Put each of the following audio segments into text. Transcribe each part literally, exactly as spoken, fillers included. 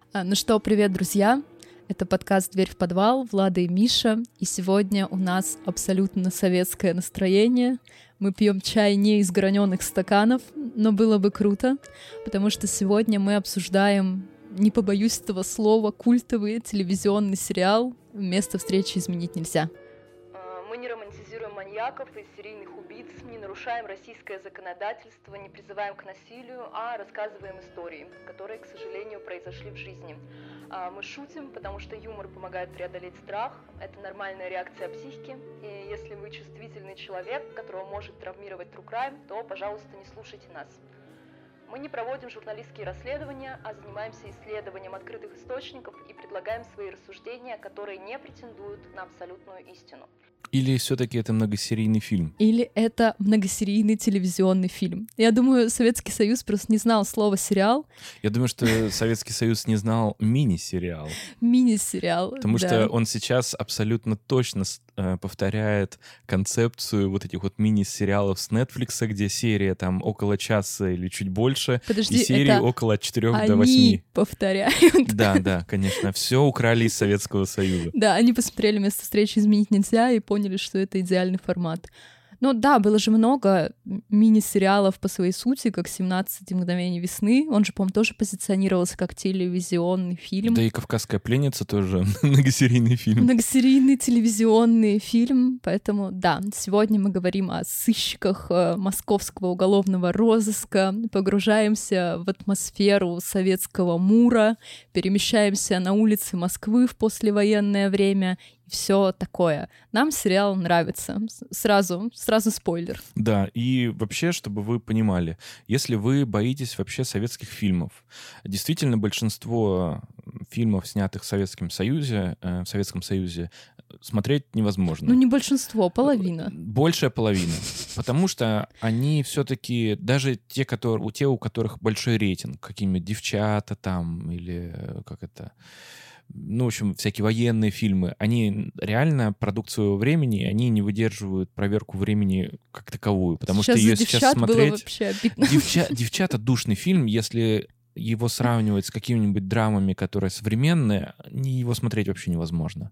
А, Ну что, привет, друзья! Это подкаст «Дверь в подвал», Влада и Миша, и сегодня у нас абсолютно советское настроение. Мы пьем чай не из граненых стаканов, но было бы круто, потому что сегодня мы обсуждаем, не побоюсь этого слова, культовый телевизионный сериал «Место встречи изменить нельзя». Мы не романтизируем маньяков и серийных убийц, не нарушаем российское законодательство, не призываем к насилию, а рассказываем истории, которые, к сожалению, произошли в жизни. Мы шутим, потому что юмор помогает преодолеть страх, это нормальная реакция психики, и если вы чувствительный человек, которого может травмировать true crime, то, пожалуйста, не слушайте нас. Мы не проводим журналистские расследования, а занимаемся исследованием открытых источников и предлагаем свои рассуждения, которые не претендуют на абсолютную истину. Или все-таки это многосерийный фильм? Или это многосерийный телевизионный фильм. Я думаю, Советский Союз просто не знал слова «сериал». Я думаю, что Советский Союз не знал мини-сериал. Мини-сериал, Потому да. что он сейчас абсолютно точно э, повторяет концепцию вот этих вот мини-сериалов с Netflix, где серия там около часа или чуть больше, Подожди, и серии это около от четырёх они до восьми. повторяют. Да, да, конечно. Все украли из Советского Союза. Да, они посмотрели «Место встречи изменить нельзя» и поняли, что это идеальный формат. Ну да, было же много мини-сериалов по своей сути, как «семнадцать мгновений весны». Он же, по-моему, тоже позиционировался как телевизионный фильм. Да и «Кавказская пленница» тоже многосерийный фильм. Многосерийный телевизионный фильм. Поэтому да, сегодня мы говорим о сыщиках э, московского уголовного розыска, погружаемся в атмосферу советского мура, перемещаемся на улицы Москвы в послевоенное время, все такое. Нам сериал нравится. Сразу, сразу спойлер. Да, и вообще, чтобы вы понимали, если вы боитесь вообще советских фильмов, действительно большинство фильмов, снятых в Советском Союзе, э, в Советском Союзе, смотреть невозможно. Ну, не большинство, половина. Большая половина. Потому что они все-таки, даже те, которые, те, у которых большой рейтинг, какие-нибудь «Девчата» там, или как это... ну, в общем, всякие военные фильмы, они реально продукт своего времени, они не выдерживают проверку времени как таковую, потому сейчас что ее сейчас смотреть... было вообще обидно. Девча... «Девчата» — душный фильм, если его сравнивать с какими-нибудь драмами, которые современные, его смотреть вообще невозможно.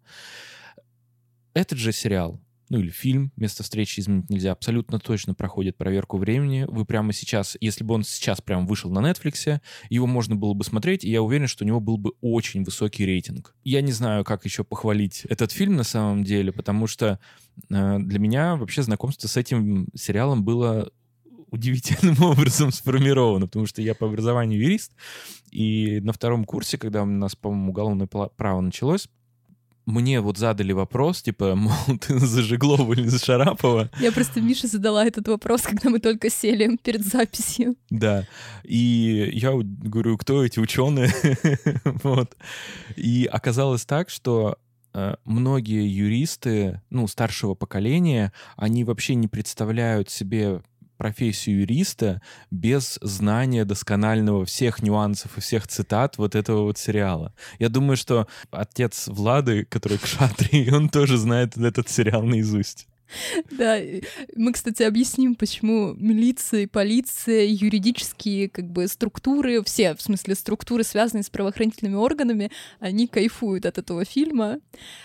Этот же сериал, ну или фильм «Место встречи изменить нельзя», абсолютно точно проходит проверку времени. Вы прямо сейчас, если бы он сейчас прям вышел на Netflix, его можно было бы смотреть, и я уверен, что у него был бы очень высокий рейтинг. Я не знаю, как еще похвалить этот фильм на самом деле, потому что э, для меня вообще знакомство с этим сериалом было удивительным образом сформировано, потому что я по образованию юрист, и на втором курсе, когда у нас, по-моему, уголовное право началось, мне вот задали вопрос, типа, мол, ты за Жеглова или за Шарапова? Я просто Мише задала этот вопрос, когда мы только сели перед записью. Да, и я говорю, кто эти ученые? Вот. И оказалось так, что э, многие юристы, ну, старшего поколения, они вообще не представляют себе профессию юриста без знания досконального всех нюансов и всех цитат вот этого вот сериала. Я думаю, что отец Влады, который кшатрий, он тоже знает этот сериал наизусть. Да, мы, кстати, объясним, почему милиция, полиция, юридические как бы структуры, все, в смысле структуры, связанные с правоохранительными органами, они кайфуют от этого фильма.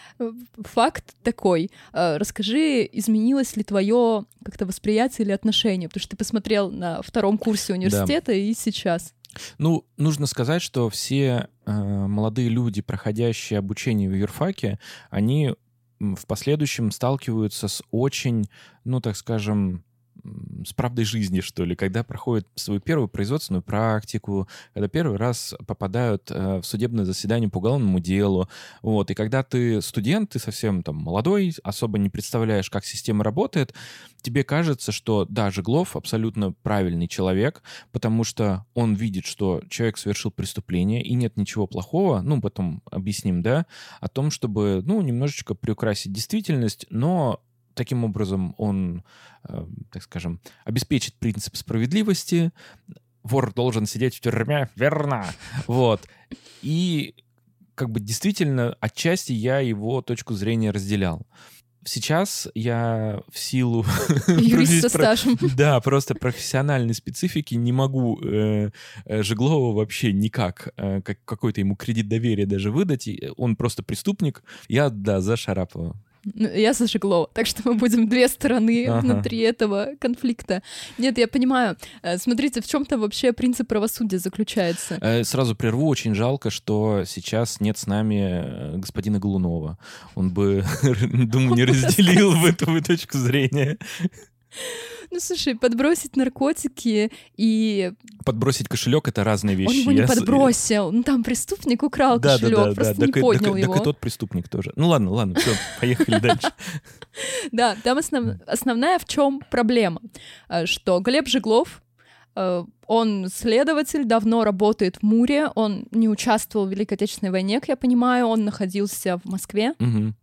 Факт такой. Расскажи, изменилось ли твое как-то восприятие или отношение? Потому что ты посмотрел на втором курсе университета, да, и сейчас. Ну, нужно сказать, что все э, молодые люди, проходящие обучение в юрфаке, они в последующем сталкиваются с очень, ну, так скажем, с правдой жизни, что ли, когда проходят свою первую производственную практику, когда первый раз попадают э, в судебное заседание по уголовному делу, вот, и когда ты студент, ты совсем там молодой, особо не представляешь, как система работает, тебе кажется, что, да, Жеглов абсолютно правильный человек, потому что он видит, что человек совершил преступление, и нет ничего плохого, ну, потом объясним, да, о том, чтобы, ну, немножечко приукрасить действительность, но таким образом он, э, так скажем, обеспечит принцип справедливости. Вор должен сидеть в тюрьме, верно? Вот. И как бы действительно отчасти я его точку зрения разделял. Сейчас я в силу... Юрист со стажем. Да, просто профессиональной специфики не могу э, Жеглова вообще никак, э, как какой-то ему кредит доверия даже выдать. Он просто преступник. Я, да, за Шарапова. Я за Жеглова, так что мы будем две стороны ага. внутри этого конфликта. Нет, я понимаю. Смотрите, в чем-то вообще принцип правосудия заключается. Сразу прерву, очень жалко, что сейчас нет с нами господина Голунова. Он бы, думаю, не разделил бы эту точку зрения. Ну, слушай, подбросить наркотики и... Подбросить кошелек — это разные вещи. Он его не я... подбросил. Ну, там преступник украл да, кошелек, да, да, просто да. не так, поднял так, его. Так и тот преступник тоже. Ну, ладно, ладно, все, поехали дальше. Да, там основная в чем проблема, что Глеб Жеглов, он следователь, давно работает в МУРе, он не участвовал в Великой Отечественной войне, как я понимаю, он находился в Москве.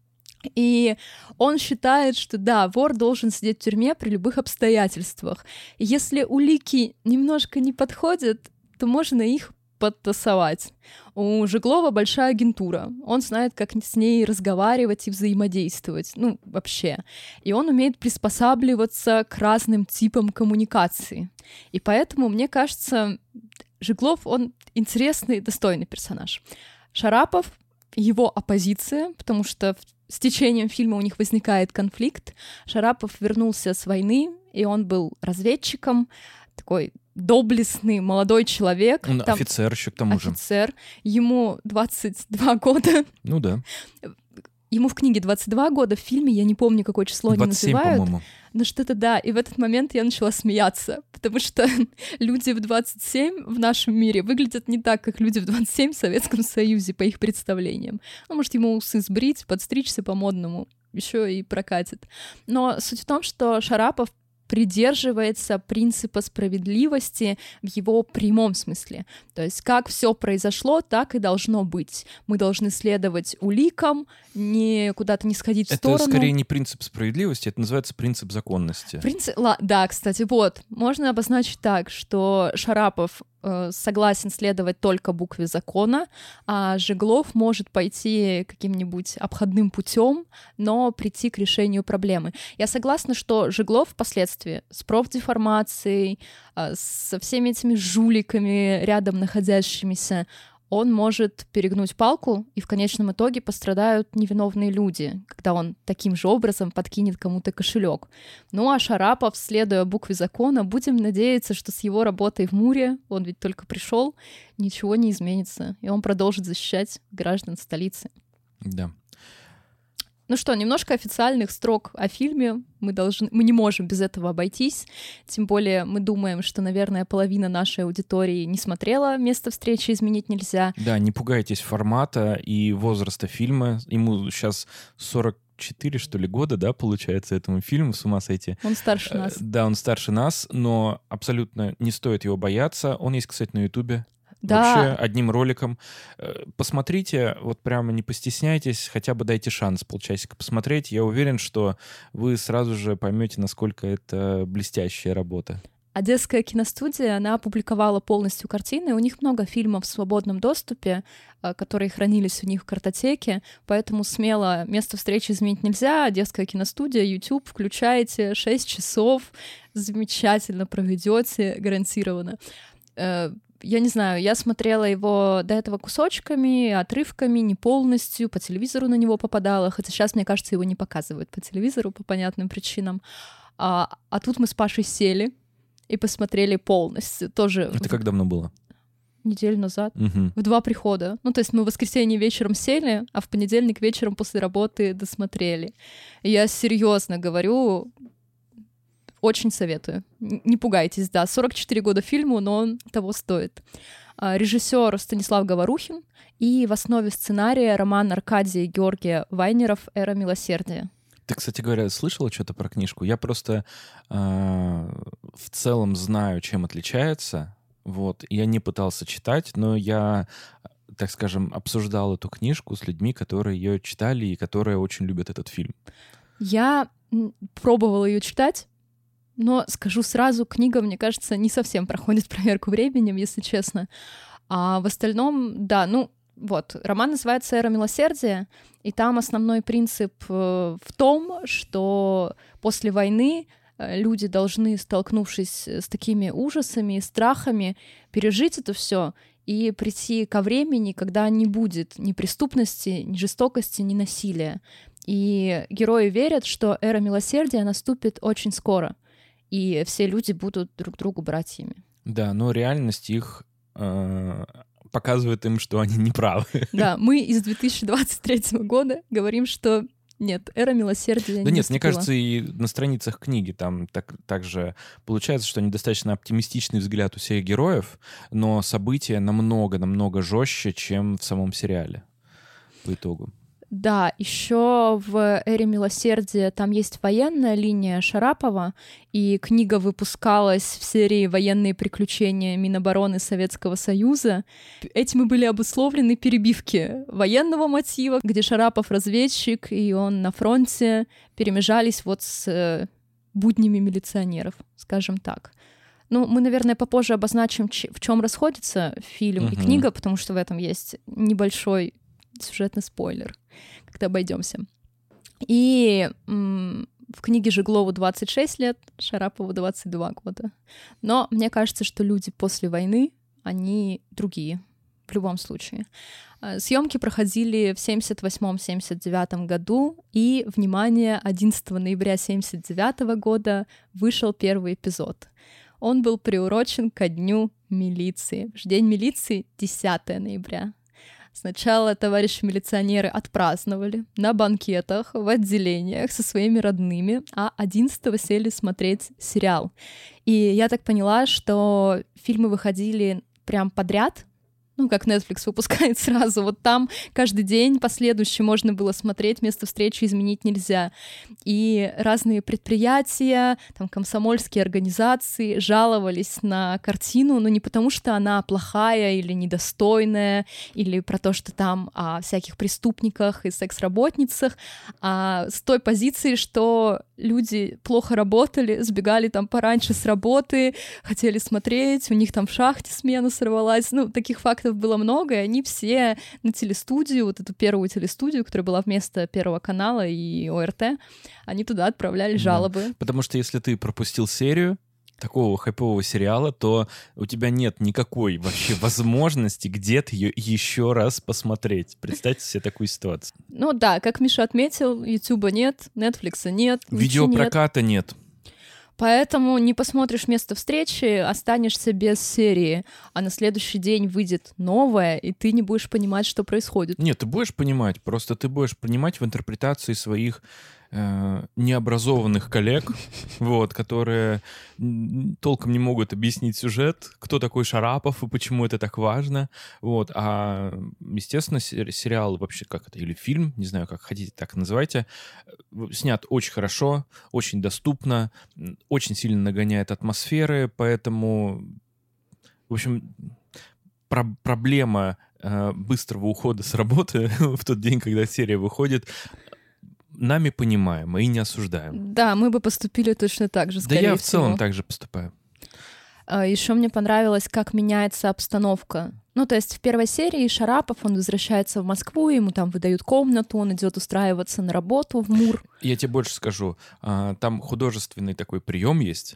И он считает, что да, вор должен сидеть в тюрьме при любых обстоятельствах. И если улики немножко не подходят, то можно их подтасовать. У Жеглова большая агентура. Он знает, как с ней разговаривать и взаимодействовать. Ну, вообще. И он умеет приспосабливаться к разным типам коммуникации. И поэтому, мне кажется, Жеглов, он интересный, достойный персонаж. Шарапов — его оппозиция, потому что с течением фильма у них возникает конфликт. Шарапов вернулся с войны, и он был разведчиком, такой доблестный молодой человек. Он там офицер еще к тому офицер. же. Офицер. Ему двадцать два года. Ну да. Ему в книге двадцать два года, в фильме, я не помню, какое число они двадцать семь, называют. по-моему. Но что-то да, и в этот момент я начала смеяться, потому что люди в двадцать семь в нашем мире выглядят не так, как люди в двадцать семь в Советском Союзе, по их представлениям. Ну, может, ему усы сбрить, подстричься по-модному, еще и прокатит. Но суть в том, что Шарапов придерживается принципа справедливости в его прямом смысле. То есть как все произошло, так и должно быть. Мы должны следовать уликам, не куда-то не сходить в это сторону. Это скорее не принцип справедливости, это называется принцип законности. Принцип... Да, кстати, вот. Можно обозначить так, что Шарапов э, согласен следовать только букве закона, а Жеглов может пойти каким-нибудь обходным путем, но прийти к решению проблемы. Я согласна, что Жеглов впоследствии с профдеформацией, э, со всеми этими жуликами рядом находящимися, он может перегнуть палку, и в конечном итоге пострадают невиновные люди, когда он таким же образом подкинет кому-то кошелек. Ну а Шарапов, следуя букве закона, будем надеяться, что с его работой в МУРе, он ведь только пришел, ничего не изменится, и он продолжит защищать граждан столицы. Да. Ну что, немножко официальных строк о фильме. Мы, должны, мы не можем без этого обойтись. Тем более мы думаем, что, наверное, половина нашей аудитории не смотрела «Место встречи изменить нельзя». Да, не пугайтесь формата и возраста фильма. Ему сейчас сорок четыре, что ли, года, да, получается, этому фильму, с ума сойти. Он старше нас. Да, он старше нас, но абсолютно не стоит его бояться. Он есть, кстати, на Ютубе. Да. Вообще одним роликом. Посмотрите, вот прямо не постесняйтесь, хотя бы дайте шанс полчасика посмотреть. Я уверен, что вы сразу же поймете, насколько это блестящая работа. Одесская киностудия, она опубликовала полностью картины. У них много фильмов в свободном доступе, которые хранились у них в картотеке, поэтому смело «Место встречи изменить нельзя», Одесская киностудия, YouTube, включайте, шесть часов, замечательно проведете, гарантированно. Я не знаю, я смотрела его до этого кусочками, отрывками, не полностью, по телевизору на него попадала, хотя сейчас, мне кажется, его не показывают по телевизору по понятным причинам. А, а тут мы с Пашей сели и посмотрели полностью. Тоже Это в... как давно было? Неделю назад. Угу. В два прихода. Ну, то есть мы в воскресенье вечером сели, а в понедельник вечером после работы досмотрели. И я серьезно говорю... Очень советую. Не пугайтесь, да. сорок четыре года фильму, но он того стоит. Режиссер Станислав Говорухин, и в основе сценария роман Аркадия и Георгия Вайнеров «Эра милосердия». Ты, кстати говоря, слышала что-то про книжку? Я просто э, в целом знаю, чем отличается. Вот. Я не пытался читать, но я, так скажем, обсуждал эту книжку с людьми, которые ее читали и которые очень любят этот фильм. Я пробовала ее читать, но скажу сразу, книга, мне кажется, не совсем проходит проверку временем, если честно. А в остальном, да, ну, Вот, роман называется «Эра милосердия», и там основной принцип в том, что после войны люди должны, столкнувшись с такими ужасами и страхами, пережить это все и прийти ко времени, когда не будет ни преступности, ни жестокости, ни насилия. И герои верят, что эра милосердия наступит очень скоро, и все люди будут друг другу братьями. Да, но реальность их э, показывает им, что они неправы. Да, мы из две тысячи двадцать третьего года говорим, что нет, эра милосердия да не нет, наступила. мне кажется, и на страницах книги там так, также получается, что недостаточно оптимистичный взгляд у всех героев, но события намного-намного жестче, чем в самом сериале по итогу. Да, еще в «Эре милосердия» там есть военная линия Шарапова, и книга выпускалась в серии «Военные приключения Минобороны Советского Союза». Этим и были обусловлены перебивки военного мотива, где Шарапов разведчик, и он на фронте, перемежались вот с буднями милиционеров, скажем так. Ну, мы, наверное, попозже обозначим, в чем расходится фильм Угу. и книга, потому что в этом есть небольшой сюжетный спойлер, когда обойдемся. И м, в книге Жеглову двадцать шесть лет, Шарапову двадцать два года. Но мне кажется, что люди после войны, они другие, в любом случае. Съемки проходили в семьдесят восьмом — семьдесят девятом году, и, внимание, одиннадцатого ноября семьдесят девятого года вышел первый эпизод. Он был приурочен ко Дню милиции. День милиции — десятого ноября. Сначала товарищи милиционеры отпраздновали на банкетах, в отделениях со своими родными, а одиннадцатого сели смотреть сериал. И я так поняла, что фильмы выходили прям подряд, ну, как Netflix выпускает сразу. Вот там каждый день последующий можно было смотреть, место встречи изменить нельзя. И разные предприятия, там, комсомольские организации жаловались на картину, но не потому, что она плохая или недостойная, или про то, что там о всяких преступниках и секс-работницах, а с той позиции, что люди плохо работали, сбегали там пораньше с работы, хотели смотреть, у них там в шахте смена сорвалась. Ну, таких фактов было много, и они все на телестудию, вот эту первую телестудию, которая была вместо Первого канала и О Р Т, они туда отправляли жалобы. Да. Потому что если ты пропустил серию такого хайпового сериала, то у тебя нет никакой вообще возможности где-то ее еще раз посмотреть. Представьте себе такую ситуацию. Ну да, как Миша отметил, Ютуба нет, Нетфликса нет, видеопроката нет. нет. Поэтому не посмотришь место встречи, останешься без серии, а на следующий день выйдет новая, и ты не будешь понимать, что происходит. Нет, ты будешь понимать, просто ты будешь понимать в интерпретации своих э, необразованных коллег, вот, которые толком не могут объяснить сюжет, кто такой Шарапов и почему это так важно. Вот. А, естественно, сериал вообще, как это, или фильм, не знаю, как хотите, так называйте, снят очень хорошо, очень доступно, очень сильно нагоняет атмосферы, поэтому, в общем, про- проблема э, быстрого ухода с работы в тот день, когда серия выходит, нами понимаем и не осуждаем. Да, мы бы поступили точно так же, скорее всего. Да я в всего. целом так же поступаю. Еще мне понравилось, как меняется обстановка. Ну, то есть в первой серии Шарапов, он возвращается в Москву, ему там выдают комнату, он идет устраиваться на работу в МУР. Я тебе больше скажу. Там художественный такой прием есть.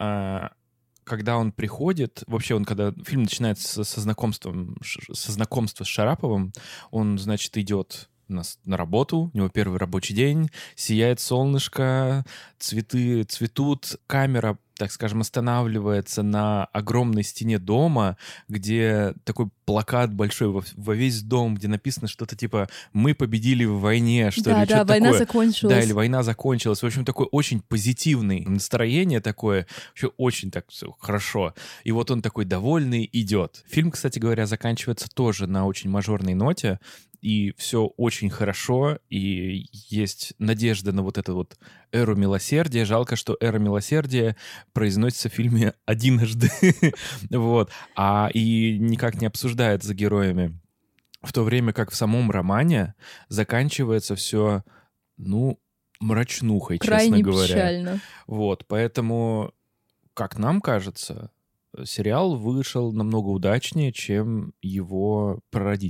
Когда он приходит, вообще он, когда фильм начинается со знакомством, со знакомства с Шараповым, он, значит, идет на, на работу, у него первый рабочий день, сияет солнышко, цветы цветут, камера, так скажем, останавливается на огромной стене дома, где такой плакат большой во, во весь дом, где написано что-то типа «Мы победили в войне», что да, ли, да, что-то война такое. закончилась. Да, или «Война закончилась». В общем, такое очень позитивное настроение такое, вообще очень так все хорошо. И вот он такой довольный идет. Фильм, кстати говоря, заканчивается тоже на очень мажорной ноте, и все очень хорошо, и есть надежда на вот эту вот эру милосердия. Жалко, что эра милосердия произносится в фильме одиножды, вот, а и никак не обсуждается героями. В то время как в самом романе заканчивается все, ну, мрачнухой, крайне честно говоря. Печально. Вот, поэтому, как нам кажется, сериал вышел намного удачнее, чем его прародитель.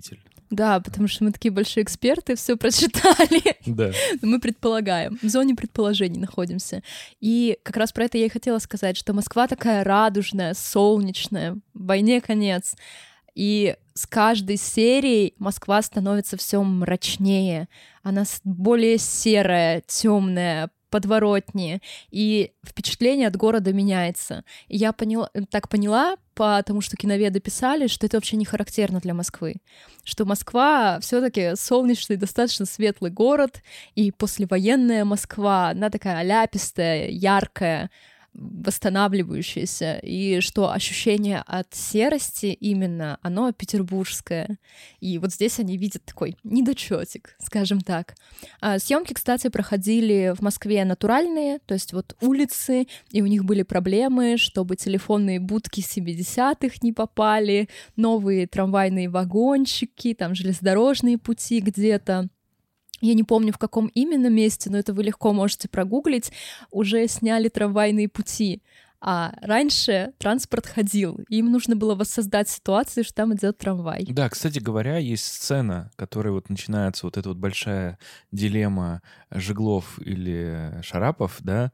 Да, потому что мы такие большие эксперты, все прочитали. Да. Мы предполагаем, в зоне предположений находимся. И как раз про это я и хотела сказать, что Москва такая радужная, солнечная, войне конец. И с каждой серией Москва становится все мрачнее, она более серая, темная, подворотнее, и впечатление от города меняется. И я поняла, так поняла, потому что киноведы писали, что это вообще не характерно для Москвы, что Москва все-таки солнечный, достаточно светлый город, и послевоенная Москва, она такая оляпистая, яркая, восстанавливающаяся, и что ощущение от серости именно, оно петербургское. И вот здесь они видят такой недочетик, скажем так. А съемки, кстати, проходили в Москве натуральные, то есть вот улицы, и у них были проблемы, чтобы телефонные будки семидесятых не попали, новые трамвайные вагончики, там железнодорожные пути где-то. Я не помню, в каком именно месте, но это вы легко можете прогуглить. Уже сняли трамвайные пути. А раньше транспорт ходил, и им нужно было воссоздать ситуацию, что там идет трамвай. Да, кстати говоря, есть сцена, которая вот начинается, вот эта вот большая дилемма Жеглов или Шарапов, да.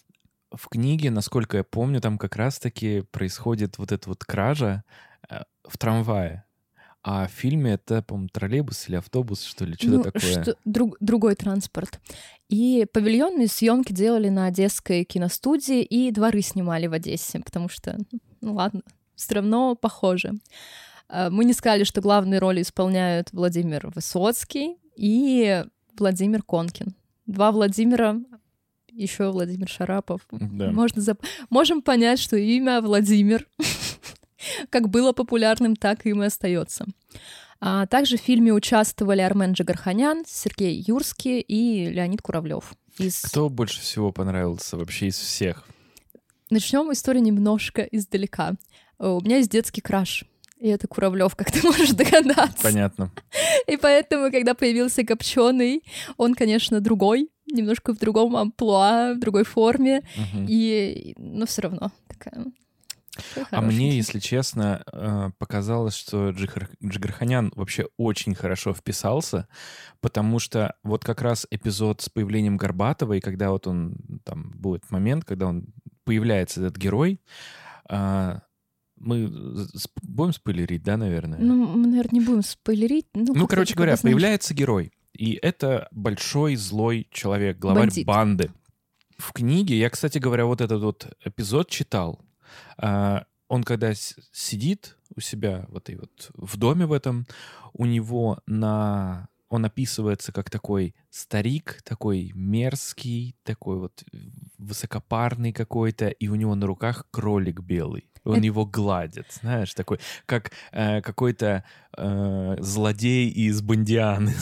В книге, насколько я помню, там как раз-таки происходит вот эта вот кража в трамвае. А в фильме это, по-моему, троллейбус или автобус, что ли, что-то ну, такое. Что, друг, другой транспорт. И павильонные съемки делали на Одесской киностудии, и дворы снимали в Одессе, потому что, ну ладно, все равно похоже. Мы не сказали, что главные роли исполняют Владимир Высоцкий и Владимир Конкин. Два Владимира, еще Владимир Шарапов. Да. Можно зап... Можем понять, что имя Владимир как было популярным, так им и остается. А также в фильме участвовали Армен Джигарханян, Сергей Юрский и Леонид Куравлев. Из... Кто больше всего понравился вообще из всех? Начнем историю немножко издалека. У меня есть детский краш, и это Куравлев, как ты можешь догадаться. Понятно. И поэтому, когда появился Копченый, он, конечно, другой, немножко в другом амплуа, в другой форме, угу. и, но все равно такая... А мне, если честно, показалось, что Джигар... Джигарханян вообще очень хорошо вписался, потому что вот как раз эпизод с появлением Горбатова, и когда вот он, там будет момент, когда он появляется, этот герой, мы будем спойлерить, да, наверное? Ну, мы, наверное, не будем спойлерить. Ну, ну короче говоря, знаешь... появляется герой, и это большой злой человек, главарь Бандит. банды. В книге, я, кстати говоря, вот этот вот эпизод читал, Uh, он когда с- сидит у себя в этой вот в доме в этом, у него на он описывается как такой старик, такой мерзкий, такой вот высокопарный какой-то, и у него на руках кролик белый. Он Это... его гладит, знаешь, такой, как э, какой-то э, злодей из Бондианы.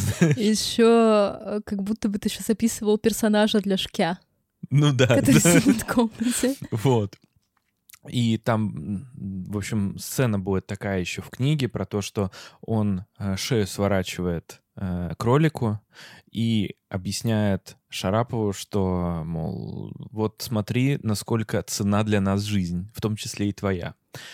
Еще как будто бы ты сейчас описывал персонажа для Шкя. Ну да. Который да. сидит в комнате. Вот. И там, в общем, сцена будет такая еще в книге про то, что он э, шею сворачивает э, кролику и объясняет Шарапову, что, мол, вот смотри, насколько ценна для нас жизнь, в том числе и твоя.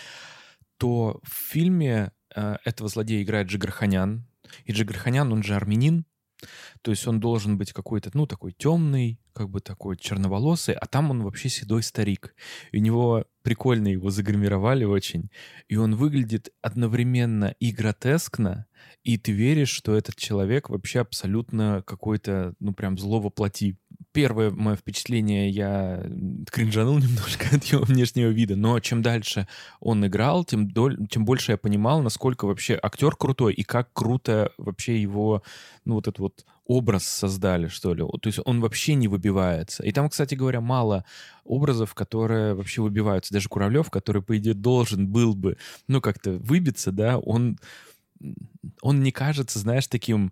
То в фильме э, этого злодея играет Джигарханян. И Джигарханян, он же армянин, то есть он должен быть какой-то, ну, такой темный, как бы такой черноволосый, а там он вообще седой старик. И у него прикольно его загримировали очень, и он выглядит одновременно и гротескно, и ты веришь, что этот человек вообще абсолютно какой-то, ну, прям зло воплоти. Первое мое впечатление, я кринжанул немножко от его внешнего вида, но чем дальше он играл, тем, доль... тем больше я понимал, насколько вообще актер крутой, и как круто вообще его, ну, вот этот вот образ создали, что ли. То есть он вообще не выбивается. И там, кстати говоря, мало образов, которые вообще выбиваются. Даже Куравлев, который, по идее, должен был бы, ну, как-то выбиться, да, он, он не кажется, знаешь, таким...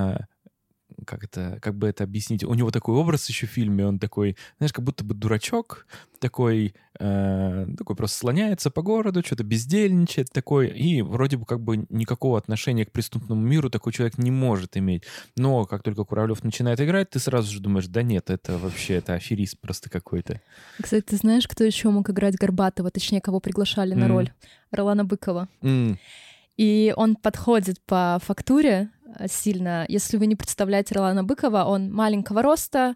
как это, как бы это объяснить? У него такой образ еще в фильме, он такой, знаешь, как будто бы дурачок, такой, э, такой просто слоняется по городу, что-то бездельничает такой, и вроде бы как бы никакого отношения к преступному миру такой человек не может иметь. Но как только Куравлев начинает играть, ты сразу же думаешь, да нет, это вообще, это аферист просто какой-то. Кстати, ты знаешь, кто еще мог играть Горбатова, точнее, кого приглашали на mm. роль? Ролана Быкова. Mm. И он подходит по фактуре сильно. Если вы не представляете Ролана Быкова, он маленького роста,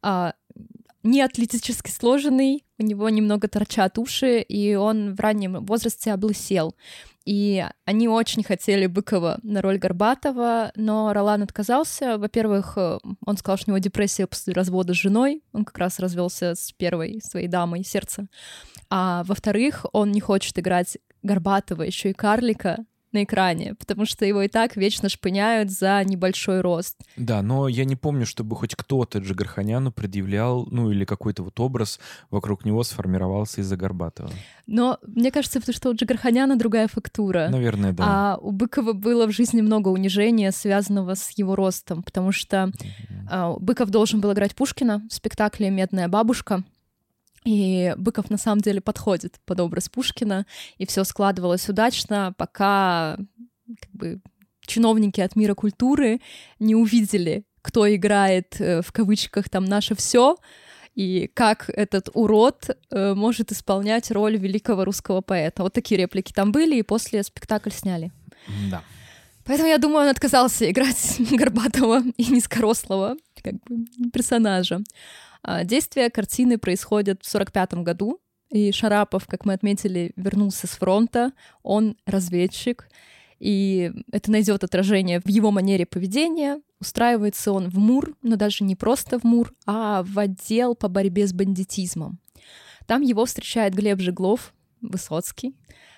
не атлетически сложенный, у него немного торчат уши, и он в раннем возрасте облысел. И они очень хотели Быкова на роль Горбатова, но Ролан отказался. Во-первых, он сказал, что у него депрессия после развода с женой, он как раз развелся с первой своей дамой сердца. А во-вторых, он не хочет играть Горбатова, еще и карлика, на экране, потому что его и так вечно шпыняют за небольшой рост. Да, но я не помню, чтобы хоть кто-то Джигарханяну предъявлял, ну или какой-то вот образ вокруг него сформировался из-за Горбатова. Но мне кажется, потому что у Джигарханяна другая фактура. Наверное, да. А у Быкова было в жизни много унижения, связанного с его ростом, потому что mm-hmm. Быков должен был играть Пушкина в спектакле «Медная бабушка», и Быков на самом деле подходит под образ Пушкина, и все складывалось удачно, пока как бы, чиновники от мира культуры не увидели, кто играет в кавычках там «наше все», и как этот урод э, может исполнять роль великого русского поэта. Вот такие реплики там были, и после спектакль сняли. Да. Поэтому, я думаю, он отказался играть Горбатова и низкорослого как бы, персонажа. Действие картины происходит в сорок пятом году, и Шарапов, как мы отметили, вернулся с фронта, он разведчик, и это найдет отражение в его манере поведения. Устраивается он в МУР, но даже не просто в МУР, а в отдел по борьбе с бандитизмом. Там его встречает Глеб Жеглов, Высоцкий,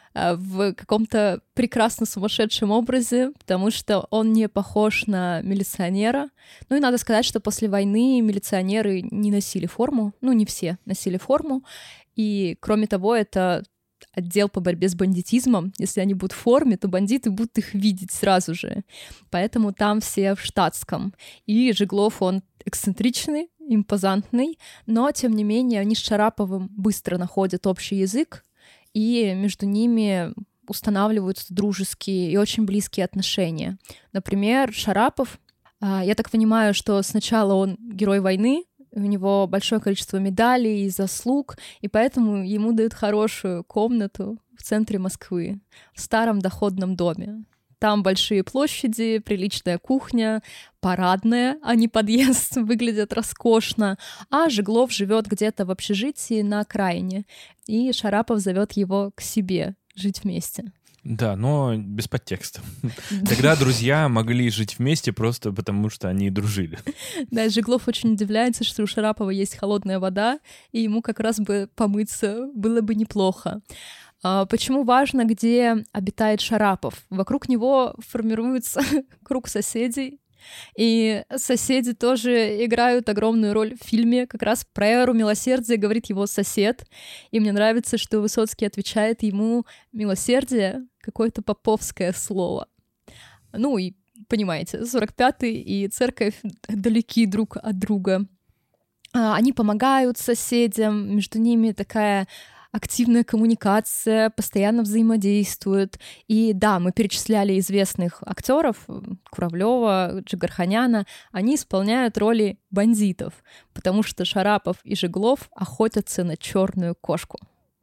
в каком-то прекрасно сумасшедшем образе, потому что он не похож на милиционера. Ну и надо сказать, что после войны милиционеры не носили форму, ну не все носили форму, и кроме того, это отдел по борьбе с бандитизмом. Если они будут в форме, то бандиты будут их видеть сразу же. Поэтому там все в штатском. И Жеглов, он эксцентричный, импозантный, но, тем не менее, они с Шараповым быстро находят общий язык, и между ними устанавливаются дружеские и очень близкие отношения. Например, Шарапов, я так понимаю, что сначала он герой войны, у него большое количество медалей и заслуг, и поэтому ему дают хорошую комнату в центре Москвы, в старом доходном доме. Там большие площади, приличная кухня, парадная, а не подъезд, выглядят роскошно. А Жеглов живет где-то в общежитии на окраине, и Шарапов зовет его к себе жить вместе. Да, но без подтекста. Тогда друзья могли жить вместе просто потому, что они дружили. Да, Жеглов очень удивляется, что у Шарапова есть холодная вода, и ему как раз бы помыться было бы неплохо. Почему важно, где обитает Шарапов? Вокруг него формируется круг соседей, и соседи тоже играют огромную роль в фильме. Как раз про эру милосердия говорит его сосед, и мне нравится, что Высоцкий отвечает ему: «Милосердие» — какое-то поповское слово. Ну и, понимаете, сорок пятый и церковь далеки друг от друга. Они помогают соседям, между ними такая активная коммуникация, постоянно взаимодействуют. И да, мы перечисляли известных актеров: Куравлева, Джигарханяна. Они исполняют роли бандитов, потому что Шарапов и Жеглов охотятся на черную кошку.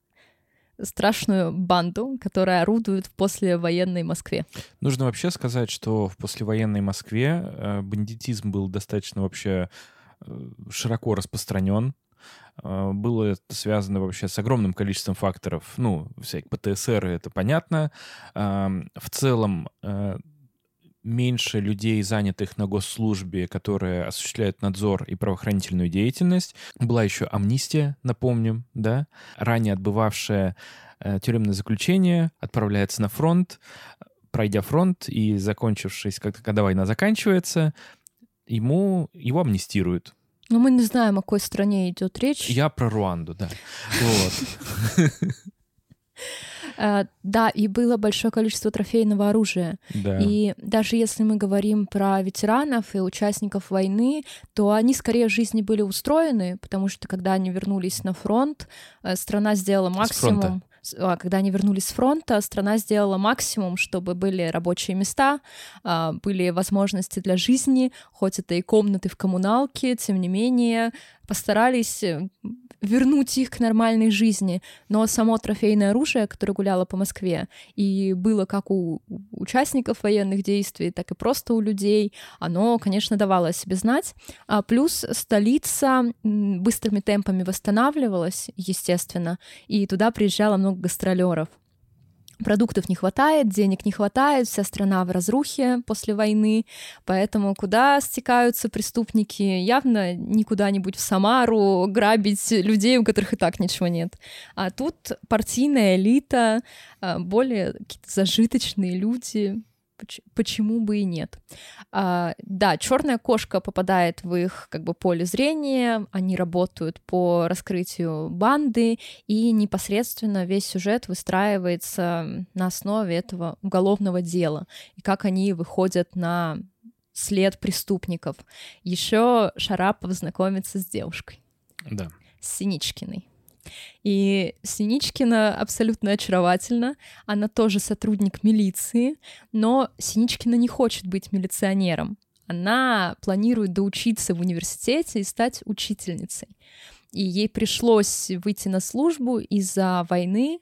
Страшную банду, которая орудует в послевоенной Москве. Нужно вообще сказать, что в послевоенной Москве бандитизм был достаточно вообще широко распространен. Было это связано вообще с огромным количеством факторов. Ну, всякие ПТСР, это понятно. В целом, меньше людей, занятых на госслужбе, которые осуществляют надзор и правоохранительную деятельность. Была еще амнистия, напомним, да, ранее отбывавшая тюремное заключение, отправляется на фронт, пройдя фронт и закончившись, когда война заканчивается, ему, его амнистируют. Но мы не знаем, о какой стране идет речь. Я про Руанду, да. Вот. Uh, да, и было большое количество трофейного оружия. Да. И даже если мы говорим про ветеранов и участников войны, то они скорее в жизни были устроены, потому что когда они вернулись на фронт, страна сделала максимум. А, когда они вернулись с фронта, страна сделала максимум, чтобы были рабочие места, были возможности для жизни, хоть это и комнаты в коммуналке, тем не менее, постарались вернуть их к нормальной жизни. Но само трофейное оружие, которое гуляло по Москве, и было как у участников военных действий, так и просто у людей, оно, конечно, давало о себе знать. А плюс столица быстрыми темпами восстанавливалась, естественно, и туда приезжало много гастролеров. Продуктов не хватает, денег не хватает, вся страна в разрухе после войны, поэтому куда стекаются преступники? Явно не куда-нибудь в Самару грабить людей, у которых и так ничего нет. А тут партийная элита, более какие-то зажиточные люди. Почему бы и нет? А, да, черная кошка попадает в их как бы поле зрения, они работают по раскрытию банды, и непосредственно весь сюжет выстраивается на основе этого уголовного дела, и как они выходят на след преступников. Еще Шарапов знакомится с девушкой. Да. С Синичкиной. И Синичкина абсолютно очаровательна, она тоже сотрудник милиции, но Синичкина не хочет быть милиционером. Она планирует доучиться в университете и стать учительницей. И ей пришлось выйти на службу из-за войны.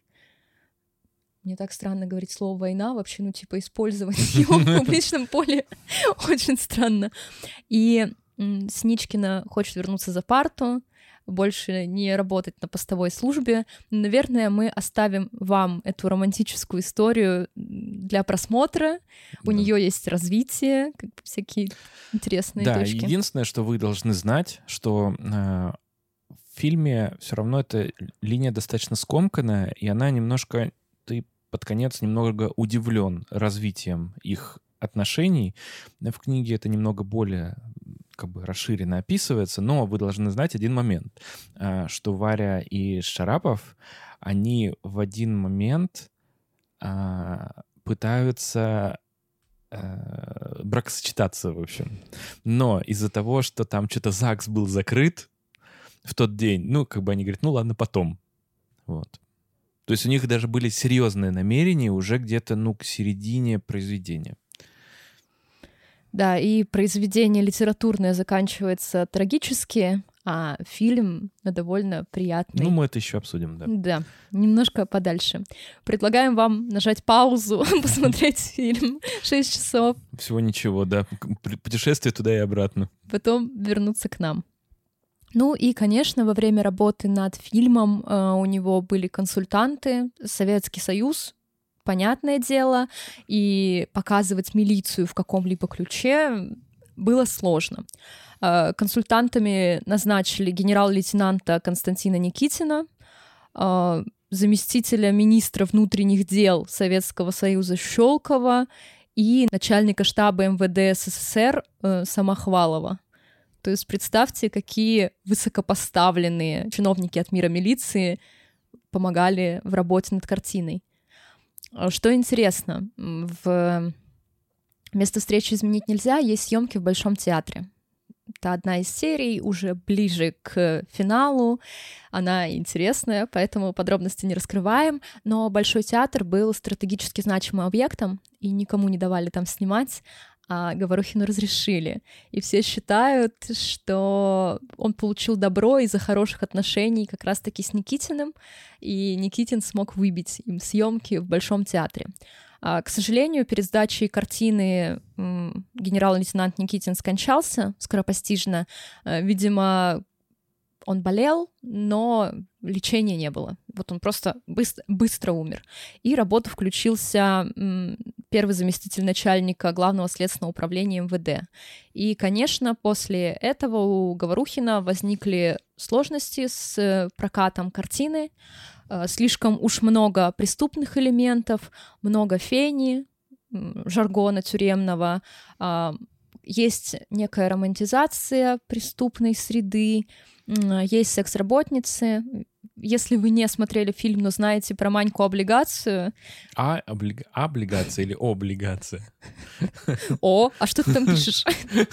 Мне так странно говорить слово «война», вообще, ну, типа, использовать его в публичном поле очень странно. И Синичкина хочет вернуться за парту, больше не работать на постовой службе. Наверное, мы оставим вам эту романтическую историю для просмотра. Да. У нее есть развитие, как бы всякие интересные да, точки. Да, единственное, что вы должны знать, что э, в фильме все равно эта линия достаточно скомканная, и она немножко, ты под конец немного удивлен развитием их отношений. В книге это немного более как бы расширенно описывается, но вы должны знать один момент, что Варя и Шарапов, они в один момент пытаются бракосочетаться, в общем. Но из-за того, что там что-то ЗАГС был закрыт в тот день, ну, как бы они говорят, ну, ладно, потом. Вот. То есть у них даже были серьезные намерения уже где-то, ну, к середине произведения. Да, и произведение литературное заканчивается трагически, а фильм довольно приятный. Ну, мы это еще обсудим, да. Да, немножко подальше. Предлагаем вам нажать паузу, посмотреть фильм шесть часов. Всего ничего, да. Путешествие туда и обратно. Потом вернуться к нам. Ну и, конечно, во время работы над фильмом э, у него были консультанты, Советский Союз, понятное дело, и показывать милицию в каком-либо ключе было сложно. Э, консультантами назначили генерал-лейтенанта Константина Никитина, э, заместителя министра внутренних дел Советского Союза Щелкова и начальника штаба эм вэ дэ эс эс эс эр э, Самохвалова. То есть представьте, какие высокопоставленные чиновники от мира милиции помогали в работе над картиной. Что интересно, в «Место встречи изменить нельзя» есть съемки в Большом театре. Это одна из серий, уже ближе к финалу. Она интересная, поэтому подробности не раскрываем. Но Большой театр был стратегически значимым объектом, и никому не давали там снимать, а Говорухину разрешили. И все считают, что он получил добро из-за хороших отношений как раз-таки с Никитиным, и Никитин смог выбить им съемки в Большом театре. А, к сожалению, перед сдачей картины м, генерал-лейтенант Никитин скончался скоропостижно. А, видимо, он болел, но лечения не было. Вот он просто быстро, быстро умер. И в работу включился м, первый заместитель начальника Главного следственного управления эм вэ дэ. И, конечно, после этого у Говорухина возникли сложности с прокатом картины. Слишком уж много преступных элементов, много фени, жаргона тюремного. Есть некая романтизация преступной среды, есть секс-работницы. Если вы не смотрели фильм, но знаете про Маньку-облигацию... А, облиг... облигация или облигация? О, а что ты там пишешь?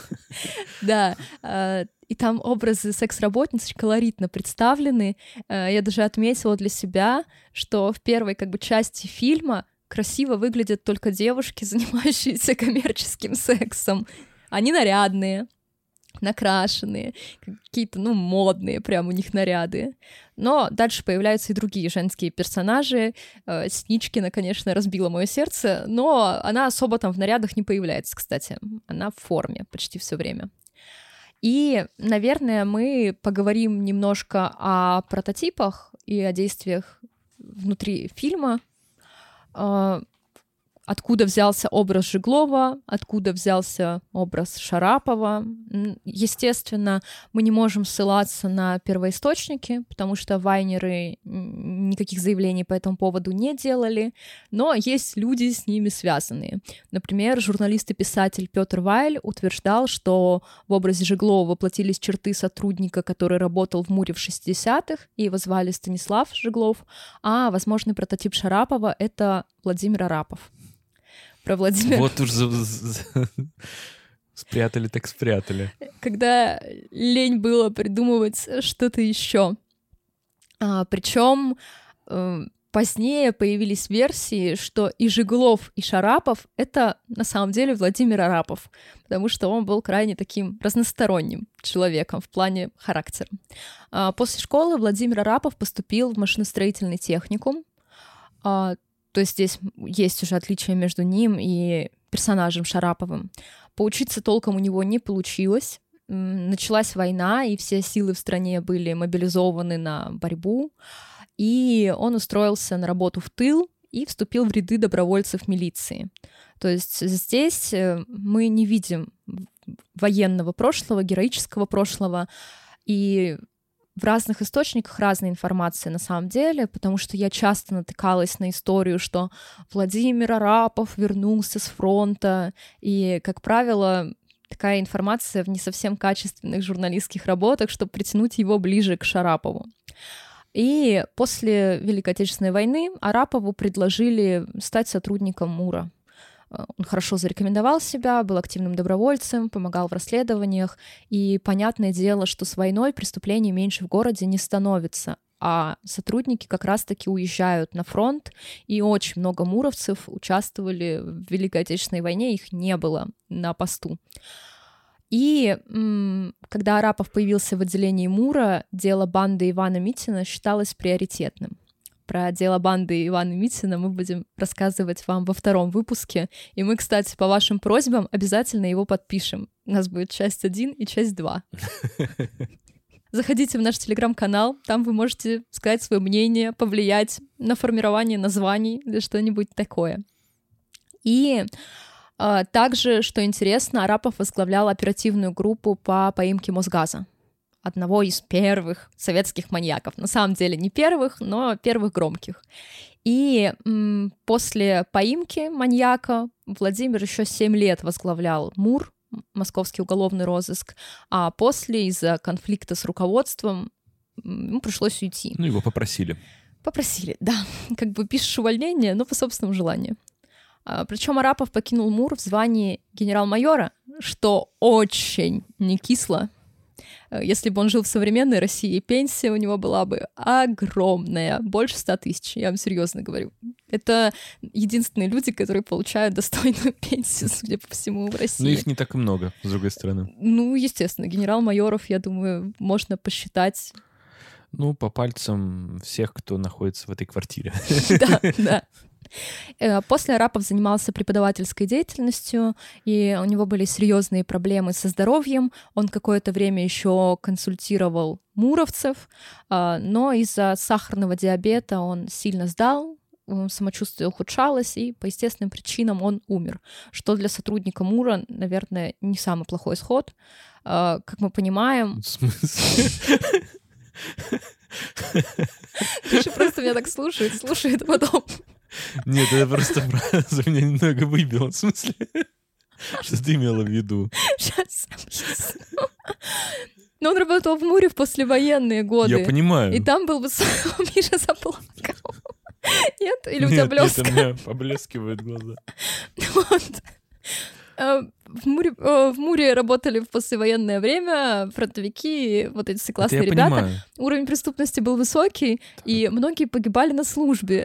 Да, и там образы секс-работниц очень колоритно представлены. Я даже отметила для себя, что в первой как бы части фильма красиво выглядят только девушки, занимающиеся коммерческим сексом. Они нарядные, накрашенные, какие-то, ну, модные прям у них наряды. Но дальше появляются и другие женские персонажи. Сничкина, конечно, разбила мое сердце, но она особо там в нарядах не появляется, кстати. Она в форме почти все время. И, наверное, мы поговорим немножко о прототипах и о действиях внутри фильма. Откуда взялся образ Жеглова, откуда взялся образ Шарапова. Естественно, мы не можем ссылаться на первоисточники, потому что вайнеры никаких заявлений по этому поводу не делали, но есть люди с ними связанные. Например, журналист и писатель Петр Вайль утверждал, что в образе Жеглова воплотились черты сотрудника, который работал в МУРе в шестидесятых, и его звали Станислав Жеглов, а возможный прототип Шарапова — это Владимир Арапов. Про Владимира. Вот уж за... спрятали так спрятали. Когда лень было придумывать что-то еще. А, причем э, позднее появились версии, что и Жеглов, и Шарапов — это на самом деле Владимир Арапов, потому что он был крайне таким разносторонним человеком в плане характера. А, после школы Владимир Арапов поступил в машиностроительный техникум. А, То есть здесь есть уже отличие между ним и персонажем Шараповым. Поучиться толком у него не получилось. Началась война, и все силы в стране были мобилизованы на борьбу. И он устроился на работу в тыл и вступил в ряды добровольцев милиции. То есть здесь мы не видим военного прошлого, героического прошлого, и в разных источниках разная информация на самом деле, потому что я часто натыкалась на историю, что Владимир Арапов вернулся с фронта, и, как правило, такая информация в не совсем качественных журналистских работах, чтобы притянуть его ближе к Шарапову. И после Великой Отечественной войны Арапову предложили стать сотрудником МУРа. Он хорошо зарекомендовал себя, был активным добровольцем, помогал в расследованиях, и понятное дело, что с войной преступлений меньше в городе не становится, а сотрудники как раз-таки уезжают на фронт, и очень много муровцев участвовали в Великой Отечественной войне, их не было на посту. И м- когда Арапов появился в отделении МУРа, дело банды Ивана Митина считалось приоритетным. Про дело банды Ивана Митина мы будем рассказывать вам во втором выпуске. И мы, кстати, по вашим просьбам обязательно его подпишем. У нас будет часть один и часть два. Заходите в наш телеграм-канал, там вы можете сказать свое мнение, повлиять на формирование названий или что-нибудь такое. И а, также, что интересно, Арапов возглавлял оперативную группу по поимке Мосгаза, одного из первых советских маньяков. На самом деле не первых, но первых громких. И м, после поимки маньяка Владимир еще семь лет возглавлял МУР, Московский уголовный розыск, а после из-за конфликта с руководством ему пришлось уйти. Ну, его попросили. Попросили, да. Как бы пишешь увольнение, но по собственному желанию. А, причем Арапов покинул МУР в звании генерал-майора, что очень не кисло. Если бы он жил в современной России, пенсия у него была бы огромная, больше ста тысяч, я вам серьезно говорю. Это единственные люди, которые получают достойную пенсию, судя по всему, в России. Но их не так и много, с другой стороны. Ну, естественно, генерал-майоров, я думаю, можно посчитать. Ну, по пальцам всех, кто находится в этой квартире. Да, да. После Арапов занимался преподавательской деятельностью, и у него были серьезные проблемы со здоровьем. Он какое-то время еще консультировал муровцев, но из-за сахарного диабета он сильно сдал, самочувствие ухудшалось, и по естественным причинам он умер, что для сотрудника МУРа, наверное, не самый плохой исход. Как мы понимаем... В смысле? Ты же просто меня так слушает, слушает, а потом... Нет, это просто фраза меня немного выбила. В смысле? Что ты имела в виду? Сейчас объясню. Но он работал в МУРе в послевоенные годы. Я понимаю. И там был высокий... Миша заплакал. Нет? Или у тебя Нет, блёстка? нет, у меня поблескивают глаза. Вот. В МУРе, в МУРе работали в послевоенное время фронтовики, вот эти все классные Это я ребята. понимаю. Уровень преступности был высокий, и многие погибали на службе.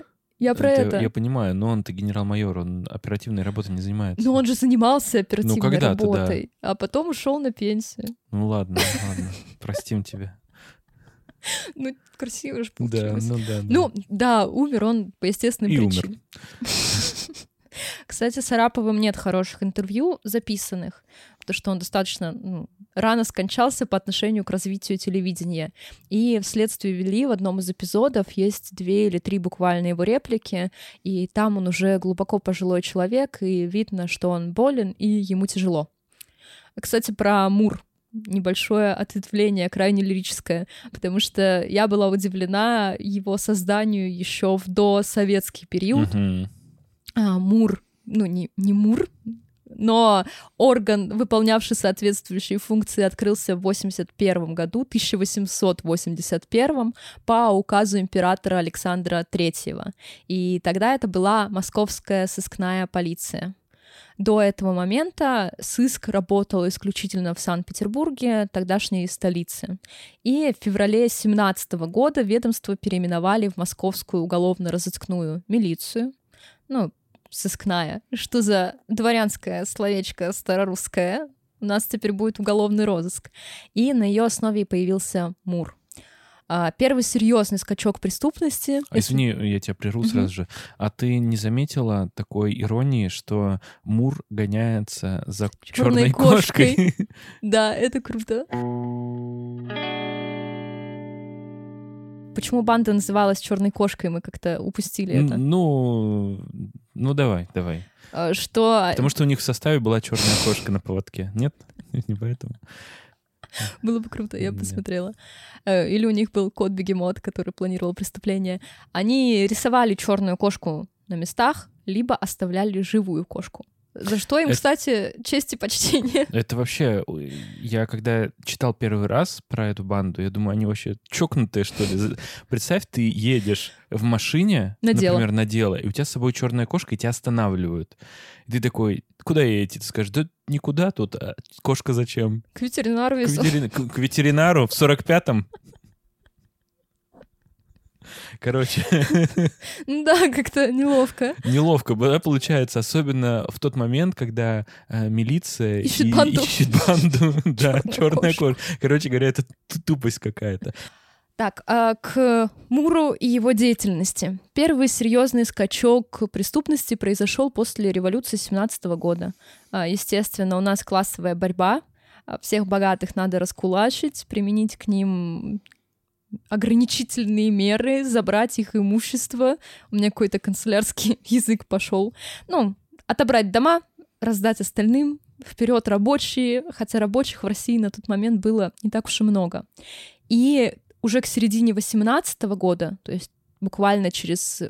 Я про это. Я понимаю, но он-то генерал-майор, он оперативной работой не занимается. Но он же занимался оперативной Ну, когда-то, работой, а потом ушел на пенсию. Ну ладно, ладно, простим тебя. Ну, красиво же Да, получилось. ну да, да. Ну, да, умер он по естественным И умер. причинам. Кстати, с Араповым нет хороших интервью записанных, потому что он достаточно ну, рано скончался по отношению к развитию телевидения. И вследствие вели в одном из эпизодов есть две или три буквально его реплики, и там он уже глубоко пожилой человек, и видно, что он болен, и ему тяжело. Кстати, про Мур. Небольшое ответвление, крайне лирическое, потому что я была удивлена его созданию еще в досоветский период. Мгм. А, Мур, ну не, не Мур, но орган, выполнявший соответствующие функции, открылся в восемьдесят первом году, тысяча восемьсот восемьдесят первом, по указу императора Александра Третьего. И тогда это была московская сыскная полиция. До этого момента сыск работал исключительно в Санкт-Петербурге, тогдашней столице. И в феврале семнадцатого года ведомство переименовали в Московскую уголовно-розыскную милицию. Ну, сыскная. Что за дворянское словечко старорусское? У нас теперь будет уголовный розыск. И на ее основе и появился Мур. А, Первый серьезный скачок преступности. А извини, я тебя прерву Мгм. сразу же. А ты не заметила такой иронии, что Мур гоняется за Чёрной черной кошкой? Да, это круто. Почему банда называлась Черной кошкой? Мы как-то упустили это. Н- Ну, ну давай, давай. А, Что Потому что у них в составе была черная кошка на поводке. Нет? Не поэтому. было бы круто, я бы Да. посмотрела. Э, Или у них был кот-бегемот, который планировал преступление. Они рисовали черную кошку на местах, либо оставляли живую кошку. За что им, Это- кстати, честь и почтение. Это вообще, ой, я когда читал первый раз про эту банду, я думаю, они вообще чокнутые, что ли. За- Представь, ты едешь в машине, На дело. например, на дело, и у тебя с собой черная кошка, и тебя останавливают. И ты такой, куда едете? Ты скажешь, да никуда тут, а кошка зачем? К ветеринару К, везу. ветери- к- к ветеринару в сорок пятом? Короче, Да, как-то неловко. неловко было, получается, особенно в тот момент, когда э, милиция Ищет и- банду. ищет банду. Да, Чёрную черная кошку. кошка. Короче говоря, это т- тупость какая-то. Так, а к Муру и его деятельности. Первый серьезный скачок преступности произошел после революции семнадцатого года. А, Естественно, у нас классовая борьба. А, Всех богатых надо раскулачить, применить к ним ограничительные меры, забрать их имущество. У меня какой-то канцелярский язык пошел. Ну, отобрать дома, раздать остальным, вперед рабочие, хотя рабочих в России на тот момент было не так уж и много. И уже к середине восемнадцатого года, то есть буквально через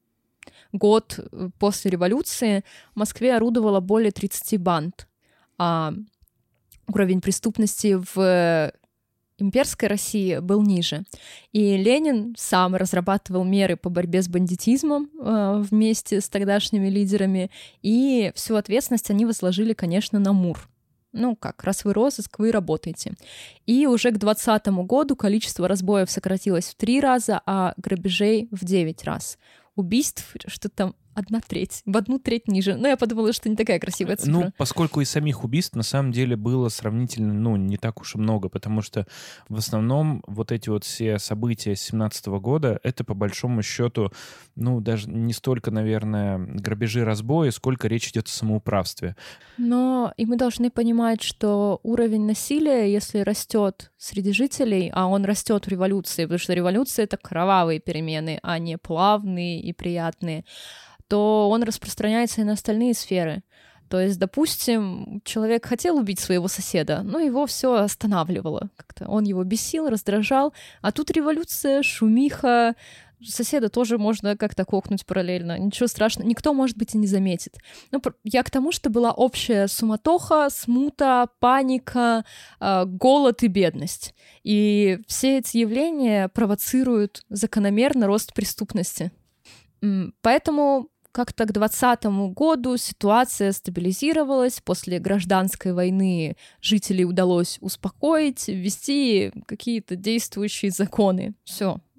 год после революции, в Москве орудовало более тридцати банд. А уровень преступности в имперской России был ниже. И Ленин сам разрабатывал меры по борьбе с бандитизмом э, вместе с тогдашними лидерами, и всю ответственность они возложили, конечно, на Мур. Ну как, раз вы розыск, вы работаете. И уже к двадцатому году количество разбоев сократилось в три раза, а грабежей в девять раз. Убийств что-то там одна треть, в одну треть ниже. Но я подумала, что не такая красивая цифра. Ну, поскольку и самих убийств на самом деле было сравнительно, ну, не так уж и много, потому что в основном вот эти вот все события семнадцатого года, это по большому счету, ну, даже не столько, наверное, грабежи, разбои, сколько речь идет о самоуправстве. Но и мы должны понимать, что уровень насилия, если растет среди жителей, а он растет в революции, потому что революция — это кровавые перемены, а не плавные и приятные, то он распространяется и на остальные сферы. То есть, допустим, человек хотел убить своего соседа, но его все останавливало. Как-то он его бесил, раздражал, а тут революция, шумиха, соседа тоже можно как-то кокнуть параллельно. Ничего страшного, никто, может быть, и не заметит. Ну, я к тому, что была общая суматоха, смута, паника, э, голод и бедность. И все эти явления провоцируют закономерно рост преступности. М, Поэтому как-то к двадцатому году ситуация стабилизировалась. После гражданской войны жителей удалось успокоить, ввести какие-то действующие законы. Все,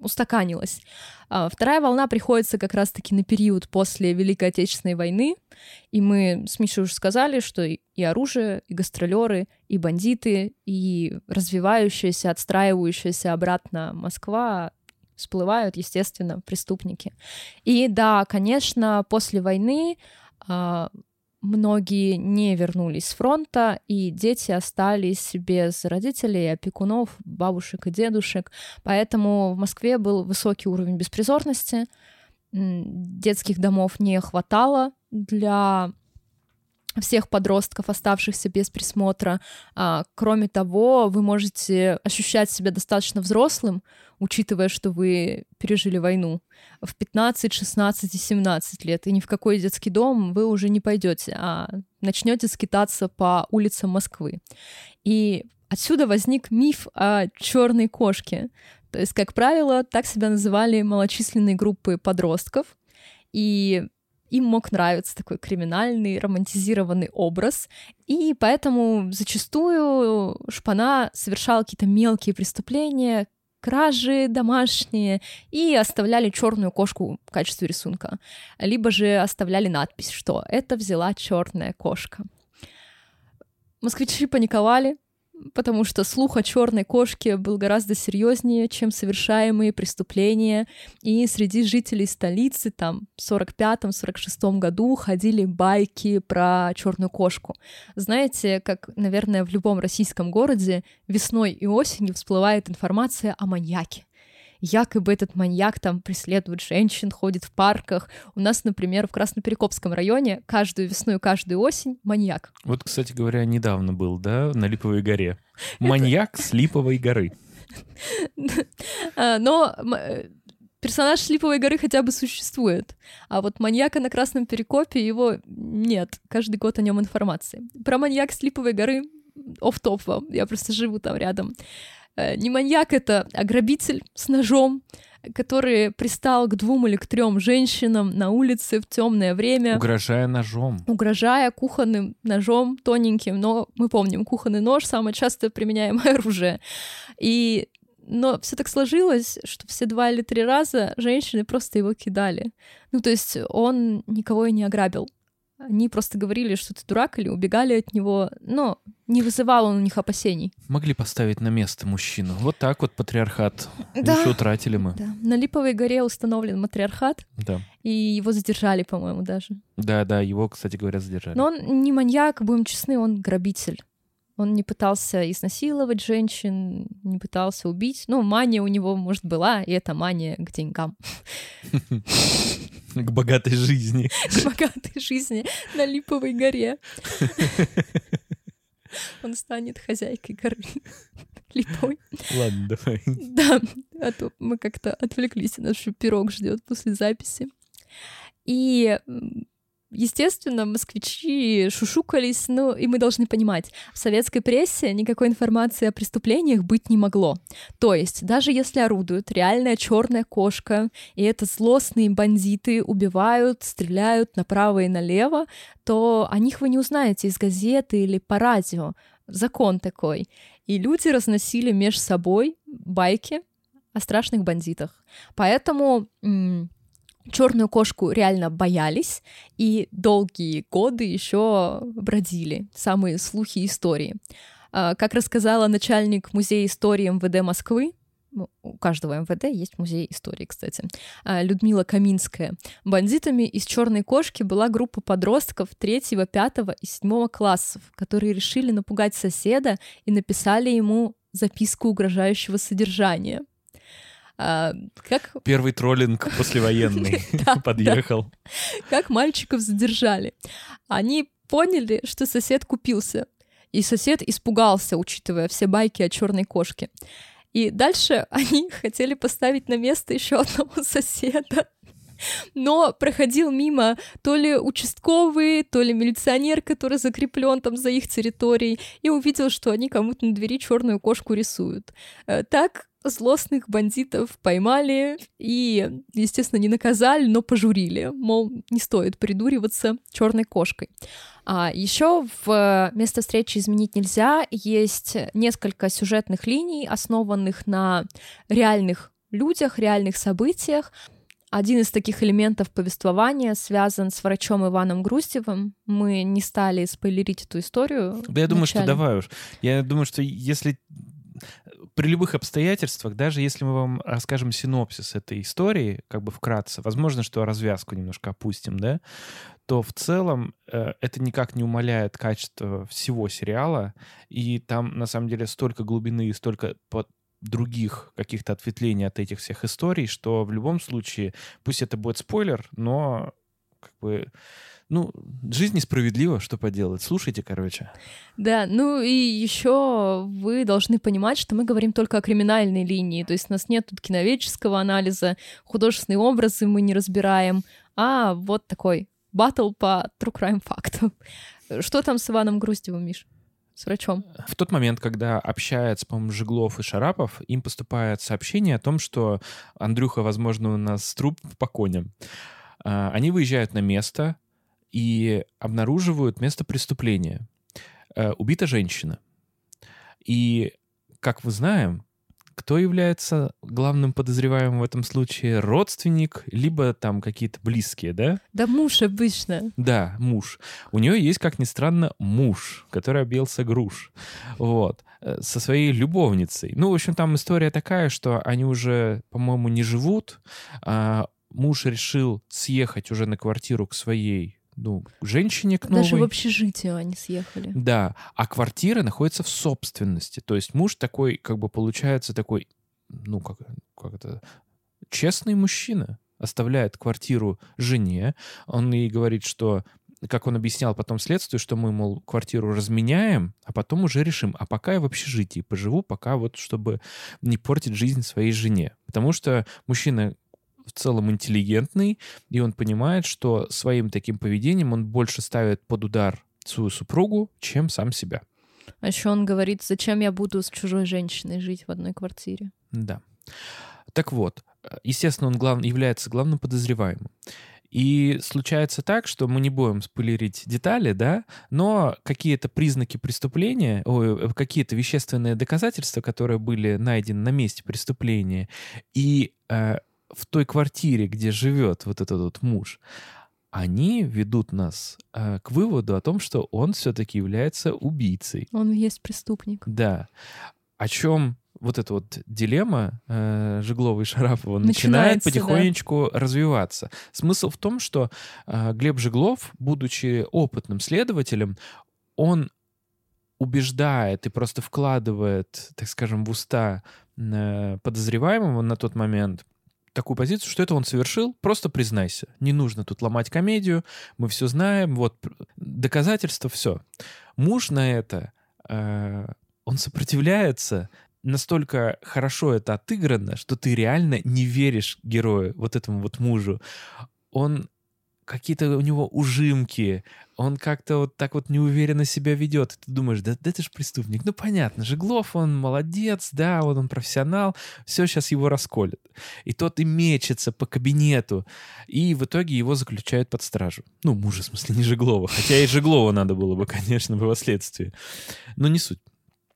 устаканилось. А вторая волна приходится как раз-таки на период после Великой Отечественной войны, и мы с Мишей уже сказали, что и оружие, и гастролеры, и бандиты, и развивающаяся, отстраивающаяся обратно Москва всплывают, естественно, преступники. И да, конечно, после войны а, многие не вернулись с фронта, и дети остались без родителей, опекунов, бабушек и дедушек. Поэтому в Москве был высокий уровень беспризорности, детских домов не хватало для всех подростков, оставшихся без присмотра. А, кроме того, вы можете ощущать себя достаточно взрослым, учитывая, что вы пережили войну в пятнадцать, шестнадцать и семнадцать лет, и ни в какой детский дом вы уже не пойдете, а начнете скитаться по улицам Москвы. И отсюда возник миф о черной кошке. То есть, как правило, так себя называли малочисленные группы подростков, и им мог нравиться такой криминальный, романтизированный образ, и поэтому зачастую шпана совершала какие-то мелкие преступления, кражи домашние, и оставляли черную кошку в качестве рисунка. Либо же оставляли надпись, что это взяла черная кошка. Москвичи паниковали, потому что слух о черной кошке был гораздо серьезнее, чем совершаемые преступления. И среди жителей столицы там в сорок пятом — сорок шестом году ходили байки про черную кошку. Знаете, как, наверное, в любом российском городе весной и осенью всплывает информация о маньяке. Якобы этот маньяк там преследует женщин, ходит в парках. У нас, например, в Красноперекопском районе каждую весну и каждую осень маньяк. Вот, кстати говоря, недавно был, да, на Липовой горе. Маньяк с Липовой горы. Но персонаж с Липовой горы хотя бы существует. А вот маньяка на Красном Перекопе его нет. Каждый год о нем информации. Про маньяка с Липовой горы офф-топ вам. Я просто живу там рядом. Не маньяк это, а грабитель с ножом, который пристал к двум или к трем женщинам на улице в темное время. Угрожая ножом. Угрожая кухонным ножом тоненьким, но мы помним, кухонный нож — самое часто применяемое оружие. И... Но все так сложилось, что все два или три раза женщины просто его кидали. Ну, то есть он никого и не ограбил. Они просто говорили, что ты дурак, или убегали от него, но не вызывал он у них опасений. Могли поставить на место мужчину. Вот так вот патриархат. Да. Еще утратили мы. Да. На Липовой горе установлен матриархат, да. И его задержали, по-моему, даже. Да-да, его, кстати говоря, задержали. Но он не маньяк, будем честны, он грабитель. Он не пытался изнасиловать женщин, не пытался убить. Ну, мания у него, может, была, и это мания к деньгам. К богатой жизни. К богатой жизни на Липовой горе. Он станет хозяйкой горы Липовой. Ладно, давай. Да, а то мы как-то отвлеклись, нас еще пирог ждет после записи. И... Естественно, москвичи шушукались, ну, и мы должны понимать, в советской прессе никакой информации о преступлениях быть не могло. То есть, даже если орудует реальная черная кошка, и это злостные бандиты убивают, стреляют направо и налево, то о них вы не узнаете из газеты или по радио. Закон такой. И люди разносили между собой байки о страшных бандитах. Поэтому... М- Черную кошку реально боялись, и долгие годы еще бродили самые слухи и истории. Как рассказала начальник музея истории эм вэ дэ Москвы, у каждого эм вэ дэ есть музей истории, кстати, Людмила Каминская, бандитами из черной кошки была группа подростков третьего, пятого и седьмого классов, которые решили напугать соседа и написали ему записку угрожающего содержания. А, как... Первый троллинг послевоенный подъехал. Как мальчиков задержали. Они поняли, что сосед купился. И сосед испугался, учитывая все байки о черной кошке. И дальше они хотели поставить на место еще одного соседа. Но проходил мимо то ли участковый, то ли милиционер, который закреплен там за их территорией, и увидел, что они кому-то на двери черную кошку рисуют. Так злостных бандитов поймали и, естественно, не наказали, но пожурили. Мол, не стоит придуриваться черной кошкой. А еще в «Место встречи изменить нельзя» есть несколько сюжетных линий, основанных на реальных людях, реальных событиях. Один из таких элементов повествования связан с врачом Иваном Груздевым. Мы не стали спойлерить эту историю. Да я думаю, что давай уж. Я думаю, что если при любых обстоятельствах, даже если мы вам расскажем синопсис этой истории, как бы вкратце, возможно, что развязку немножко опустим, да, то в целом э, это никак не умаляет качество всего сериала, и там, на самом деле, столько глубины и столько под других каких-то ответвлений от этих всех историй, что в любом случае, пусть это будет спойлер, но как бы, ну, жизнь несправедлива, что поделать. Слушайте, короче. Да, ну и еще вы должны понимать, что мы говорим только о криминальной линии, то есть у нас нет тут киноведческого анализа, художественные образы мы не разбираем, а вот такой баттл по true crime факту. Что там с Иваном Груздевым, Миш? С врачом. В тот момент, когда общаются, по-моему, Жиглов и Шарапов, им поступает сообщение о том, что Андрюха, возможно, у нас труп по коням. Они выезжают на место и обнаруживают место преступления. Убита женщина. И, как мы знаем, кто является главным подозреваемым в этом случае? Родственник, либо там какие-то близкие, да? Да муж обычно. Да, муж. У нее есть, как ни странно, муж, который объелся груш. Вот. Со своей любовницей. Ну, в общем, там история такая, что они уже, по-моему, не живут. А муж решил съехать уже на квартиру к своей, ну, женщине, к новой. Даже в общежитие они съехали. Да, а квартира находится в собственности. То есть муж такой, как бы получается такой, ну, как, как это, честный мужчина. Оставляет квартиру жене. Он ей говорит, что, как он объяснял потом следствию, что мы, мол, квартиру разменяем, а потом уже решим. А пока я в общежитии поживу, пока вот, чтобы не портить жизнь своей жене. Потому что мужчина в целом интеллигентный, и он понимает, что своим таким поведением он больше ставит под удар свою супругу, чем сам себя. А еще он говорит, зачем я буду с чужой женщиной жить в одной квартире. Да. Так вот, естественно, он глав... является главным подозреваемым. И случается так, что мы не будем спойлерить детали, да, но какие-то признаки преступления, ой, какие-то вещественные доказательства, которые были найдены на месте преступления, и э, в той квартире, где живет вот этот вот муж, они ведут нас э, к выводу о том, что он все-таки является убийцей. Он и есть преступник. Да. О чем вот эта вот дилемма э, Жиглова и Шарапова начинает потихонечку да. развиваться. Смысл в том, что э, Глеб Жиглов, будучи опытным следователем, он убеждает и просто вкладывает, так скажем, в уста э, подозреваемого на тот момент такую позицию, что это он совершил, просто признайся. Не нужно тут ломать комедию, мы все знаем, вот доказательства, все. Муж на это, э, он сопротивляется, настолько хорошо это отыграно, что ты реально не веришь герою, вот этому вот мужу. Он какие-то у него ужимки, он как-то вот так вот неуверенно себя ведет. И ты думаешь, да, да это же преступник. Ну, понятно, Жиглов, он молодец, да, вот он профессионал, все, сейчас его расколет. И тот и мечется по кабинету, и в итоге его заключают под стражу. Ну, мужа, в смысле, не Жиглова, хотя и Жиглова надо было бы, конечно, впоследствии. Но не суть.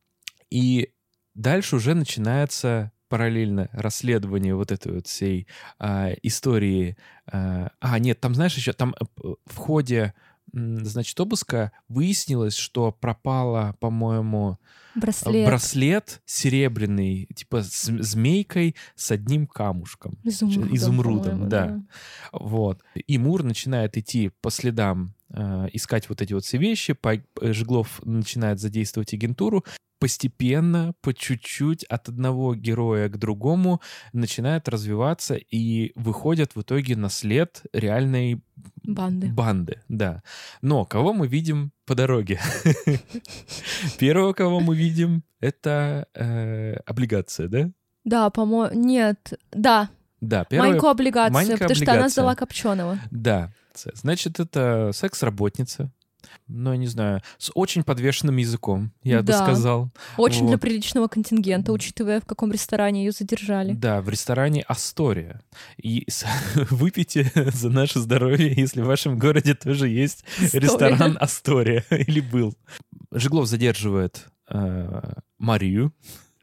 И дальше уже начинается параллельно расследование вот этой вот всей а, истории. А, а, нет, там, знаешь, еще там в ходе, значит, обыска выяснилось, что пропало, по-моему, браслет, браслет серебряный, типа с змейкой с одним камушком. Изумрудом, Изумрудом, да. да. Вот. И Мур начинает идти по следам, э, искать вот эти вот все вещи. По, Жиглов начинает задействовать агентуру. Постепенно, по чуть-чуть от одного героя к другому начинает развиваться и выходят в итоге на след реальной банды. банды, да. Но кого мы видим по дороге? Первого, кого мы видим, это э, облигация, да? Да, по-моему, нет, да. Да, первая... Маньку облигацию, Манька потому облигация. что она сдала Копченого. Да, значит, это секс-работница. Ну, я не знаю, с очень подвешенным языком, я да. бы сказал. Очень вот. Для приличного контингента, учитывая, в каком ресторане ее задержали. Да, в ресторане «Астория». И выпейте за наше здоровье, если в вашем городе тоже есть Астория. Ресторан «Астория» или был. Жиглов задерживает э, Марию,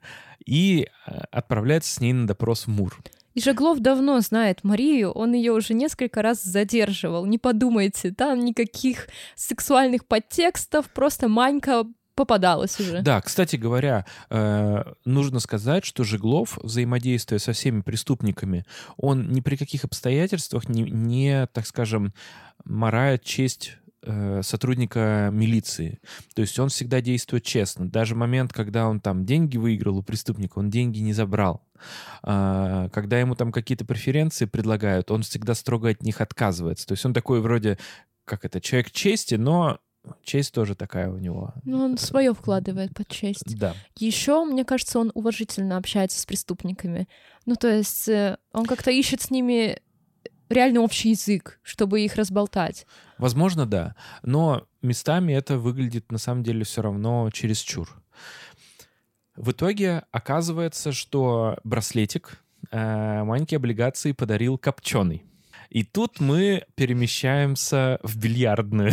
и отправляется с ней на допрос в МУР. И Жеглов давно знает Марию, он ее уже несколько раз задерживал. Не подумайте, там никаких сексуальных подтекстов, просто Манька попадалась уже. Да, кстати говоря, э, нужно сказать, что Жеглов, взаимодействуя со всеми преступниками, он ни при каких обстоятельствах не, не так скажем, марает честь э, сотрудника милиции. То есть он всегда действует честно. Даже момент, когда он там деньги выиграл у преступника, он деньги не забрал. Э, когда ему там какие-то преференции предлагают, он всегда строго от них отказывается. То есть он такой вроде, как это, человек чести, но честь тоже такая у него. Ну, он свое вкладывает под честь. Да. Еще, мне кажется, он уважительно общается с преступниками. Ну, то есть он как-то ищет с ними реально общий язык, чтобы их разболтать. Возможно, да. Но местами это выглядит на самом деле все равно чересчур. В итоге оказывается, что браслетик э, Маньке облигации подарил Копченый. И тут мы перемещаемся в бильярдную.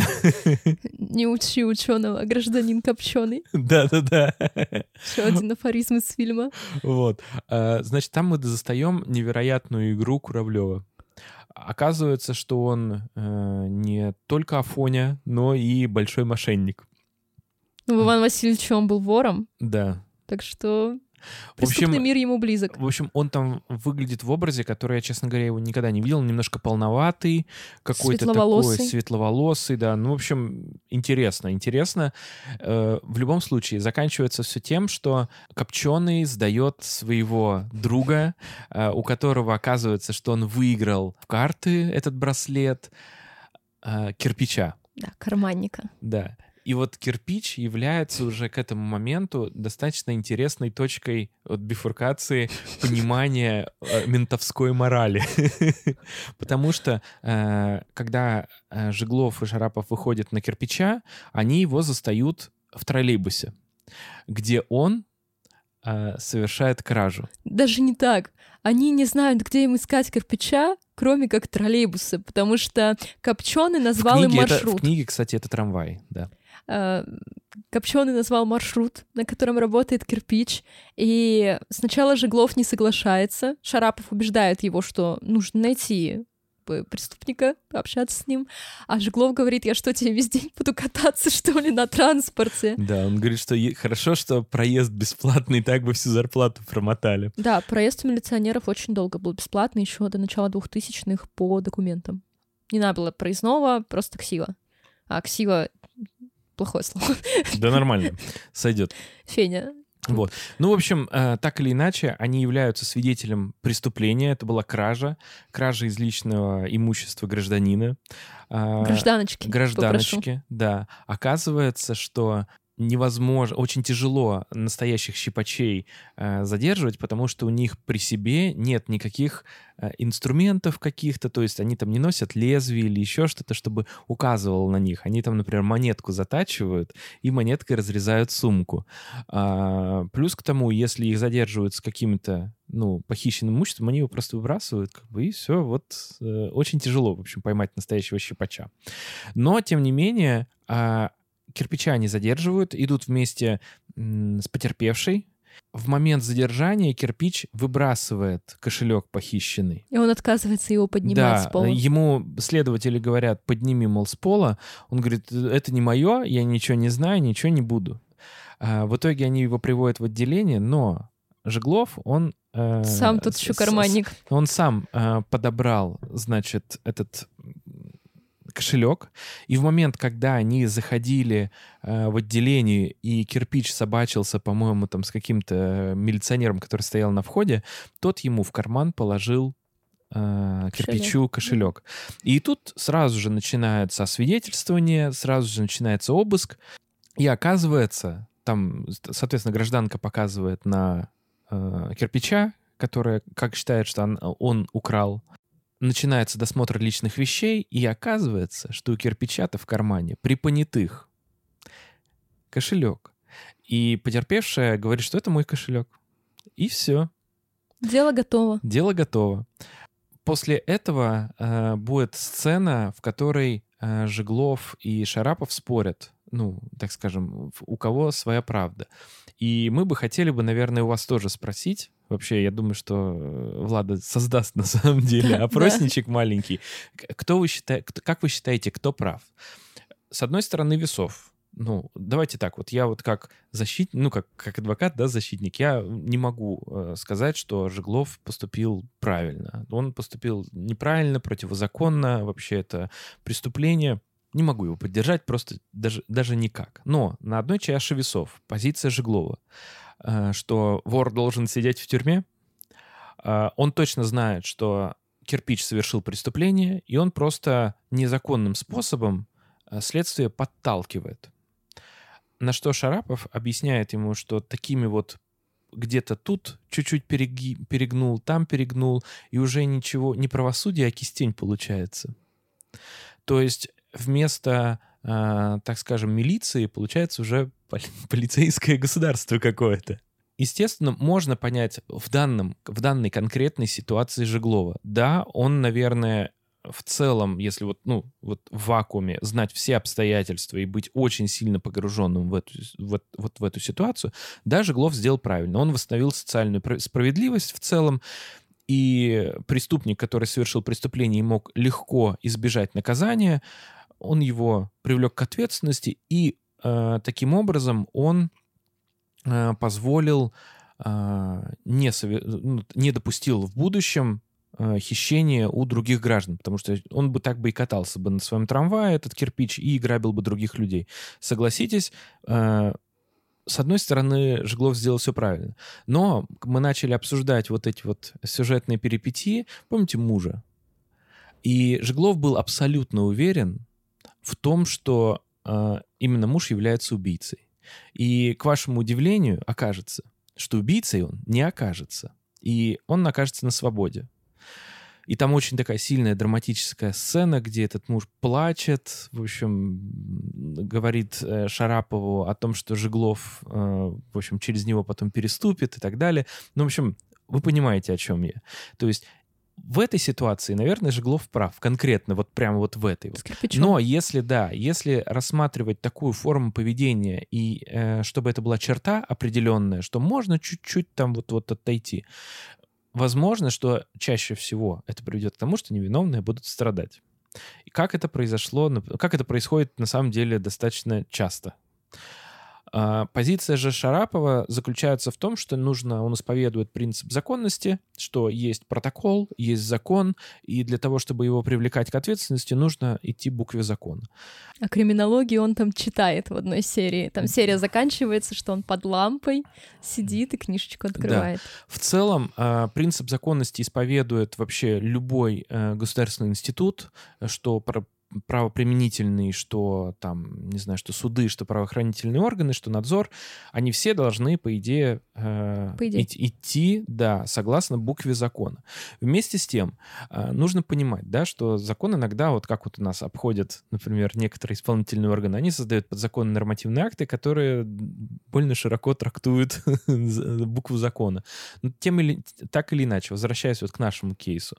Не учи ученого, гражданин Копченый. Да-да-да. Еще один афоризм из фильма. Вот. Значит, там мы застаем невероятную игру Куравлева. Оказывается, что он не только Афоня, но и большой мошенник. Ну, в Иван Васильевиче он был вором. Да. Так что... В общем, преступный мир ему близок. В общем, он там выглядит в образе, который я, честно говоря, его никогда не видел. Немножко полноватый, какой-то такой светловолосый, да. Ну, в общем, интересно, интересно. Э, в любом случае, заканчивается все тем, что Копченый сдает своего друга, э, у которого оказывается, что он выиграл в карты этот браслет, э, Кирпича. Да, карманника. Да. И вот Кирпич является уже к этому моменту достаточно интересной точкой вот, бифуркации понимания э, ментовской морали. Потому что э, когда э, Жеглов и Шарапов выходят на Кирпича, они его застают в троллейбусе, где он э, совершает кражу. Даже не так. Они не знают, где им искать Кирпича, кроме как троллейбуса, потому что Копченый назвал им маршрут. Это, в книге, кстати, это трамвай, да. Копченый назвал маршрут, на котором работает Кирпич, и сначала Жеглов не соглашается, Шарапов убеждает его, что нужно найти преступника, пообщаться с ним, а Жеглов говорит: я что, тебе весь день буду кататься, что ли, на транспорте? Да, он говорит, что е- хорошо, что проезд бесплатный, так бы всю зарплату промотали. Да, проезд у милиционеров очень долго был бесплатный, еще до начала двухтысячных по документам. Не надо было проездного, просто ксива. А ксива — плохое слово. Да нормально, сойдет. Феня. Вот. Ну, в общем, э, так или иначе, они являются свидетелем преступления. Это была кража, кража из личного имущества гражданина. Э, Гражданочки. Гражданочки, попрошу. да. Оказывается, что невозможно, очень тяжело настоящих щипачей э, задерживать, потому что у них при себе нет никаких э, инструментов каких-то, то есть они там не носят лезвие или еще что-то, чтобы указывало на них. Они там, например, монетку затачивают и монеткой разрезают сумку. А, плюс к тому, если их задерживают с каким-то, ну, похищенным имуществом, они его просто выбрасывают, как бы, и все. Вот э, очень тяжело, в общем, поймать настоящего щипача. Но, тем не менее, э, Кирпича не задерживают, идут вместе м, с потерпевшей. В момент задержания Кирпич выбрасывает кошелек похищенный. И он отказывается его поднимать да, с пола. Ему следователи говорят: подними, мол, с пола. Он говорит: это не мое, я ничего не знаю, ничего не буду. А, в итоге они его приводят в отделение, но Жеглов, он... Э, сам тут еще карманник. С, он сам э, подобрал, значит, этот... кошелек, и в момент, когда они заходили э, в отделение, и Кирпич собачился, по-моему, там с каким-то милиционером, который стоял на входе, тот ему в карман положил э, Кирпичу кошелек. И тут сразу же начинается освидетельствование, сразу же начинается обыск, и оказывается, там, соответственно, гражданка показывает на э, Кирпича, которая, как считает, что он, он украл. Начинается досмотр личных вещей, и оказывается, что у Кирпича-то в кармане при понятых кошелек. И потерпевшая говорит, что это мой кошелек. И все. Дело готово. Дело готово. После этого э, будет сцена, в которой э, Жеглов и Шарапов спорят. ну, так скажем, у кого своя правда. И мы бы хотели бы, наверное, у вас тоже спросить. Вообще, я думаю, что Влада создаст на самом деле опросничек маленький. Кто вы считаете, как вы считаете, кто прав? С одной стороны, весов. Ну, давайте так, вот я вот как защитник, ну, как, как адвокат, да, защитник, я не могу э, сказать, что Жиглов поступил правильно. Он поступил неправильно, противозаконно, вообще это преступление. Не могу его поддержать просто даже, даже никак. Но на одной чаше весов позиция Жиглова, э, что вор должен сидеть в тюрьме. Э, он точно знает, что Кирпич совершил преступление, и он просто незаконным способом э, следствие подталкивает. На что Шарапов объясняет ему, что такими вот где-то тут чуть-чуть переги, перегнул, там перегнул, и уже ничего, не правосудие, а кистень получается. То есть вместо, э, так скажем, милиции получается уже полицейское государство какое-то. Естественно, можно понять в, данном, в данной конкретной ситуации Жиглова. Да, он, наверное, в целом, если вот, ну, вот в вакууме знать все обстоятельства и быть очень сильно погруженным в эту, вот, вот в эту ситуацию, да, Жиглов сделал правильно. Он восстановил социальную справедливость в целом, и преступник, который совершил преступление и мог легко избежать наказания, он его привлек к ответственности, и э, таким образом он э, позволил, э, не, сове- не допустил в будущем хищение у других граждан, потому что он бы так бы и катался бы на своем трамвае, этот Кирпич, и грабил бы других людей. Согласитесь, э, с одной стороны, Жиглов сделал все правильно, но мы начали обсуждать вот эти вот сюжетные перипетии, помните «Мужа?» И Жиглов был абсолютно уверен в том, что э, именно муж является убийцей. И, к вашему удивлению, окажется, что убийцей он не окажется, и он окажется на свободе. И там очень такая сильная драматическая сцена, где этот муж плачет, в общем, говорит э, Шарапову о том, что Жиглов, э, в общем, через него потом переступит и так далее. Ну, в общем, вы понимаете, о чем я. То есть в этой ситуации, наверное, Жиглов прав, конкретно вот прямо вот в этой. Вот. Но если, да, если рассматривать такую форму поведения, и э, чтобы это была черта определенная, что можно чуть-чуть там вот, вот отойти, возможно, что чаще всего это приведет к тому, что невиновные будут страдать. И как это произошло, как это происходит на самом деле достаточно часто. Позиция же Шарапова заключается в том, что нужно, он исповедует принцип законности, что есть протокол, есть закон, и для того, чтобы его привлекать к ответственности, нужно идти букве закона. О криминологии он там читает в одной серии. Там серия заканчивается, что он под лампой сидит и книжечку открывает. Да. В целом принцип законности исповедует вообще любой государственный институт, что про правоприменительные, что там, не знаю, что суды, что правоохранительные органы, что надзор, они все должны, по идее, э, по идее. И, идти, да, согласно букве закона. Вместе с тем, э, нужно понимать, да, что закон иногда, вот как вот у нас обходят, например, некоторые исполнительные органы, они создают подзаконные нормативные акты, которые больно широко трактуют букву закона. Но тем или, так или иначе, возвращаясь вот к нашему кейсу,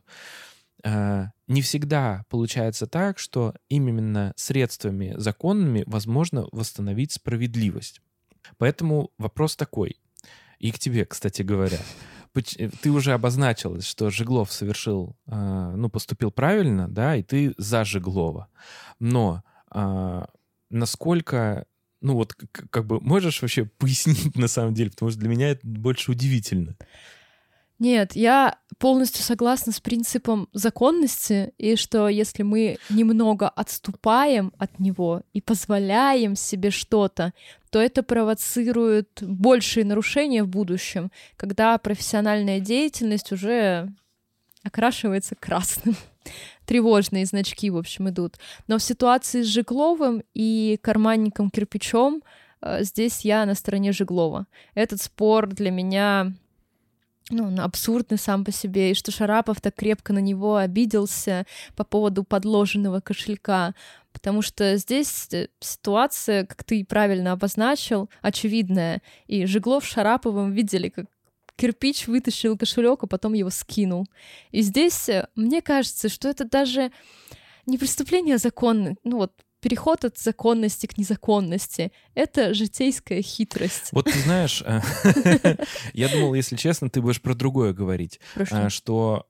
не всегда получается так, что именно средствами законными возможно восстановить справедливость. Поэтому вопрос такой, и к тебе, кстати говоря. Ты уже обозначила, что Жиглов совершил, ну, поступил правильно, да, и ты за Жиглова. Но насколько, ну вот, как бы можешь вообще пояснить на самом деле, потому что для меня это больше удивительно. Нет, я полностью согласна с принципом законности, и что если мы немного отступаем от него и позволяем себе что-то, то это провоцирует большие нарушения в будущем, когда профессиональная деятельность уже окрашивается красным. Тревожные значки, в общем, идут. Но в ситуации с Жигловым и карманником Кирпичом здесь я на стороне Жиглова. Этот спор для меня... Ну, он абсурдный сам по себе, и что Шарапов так крепко на него обиделся по поводу подложенного кошелька, потому что здесь ситуация, как ты правильно обозначил, очевидная, и Жиглов с Шараповым видели, как Кирпич вытащил кошелек, а потом его скинул. И здесь мне кажется, что это даже не преступление законное, ну вот переход от законности к незаконности — это житейская хитрость. Вот ты знаешь, я думал, если честно, ты будешь про другое говорить, что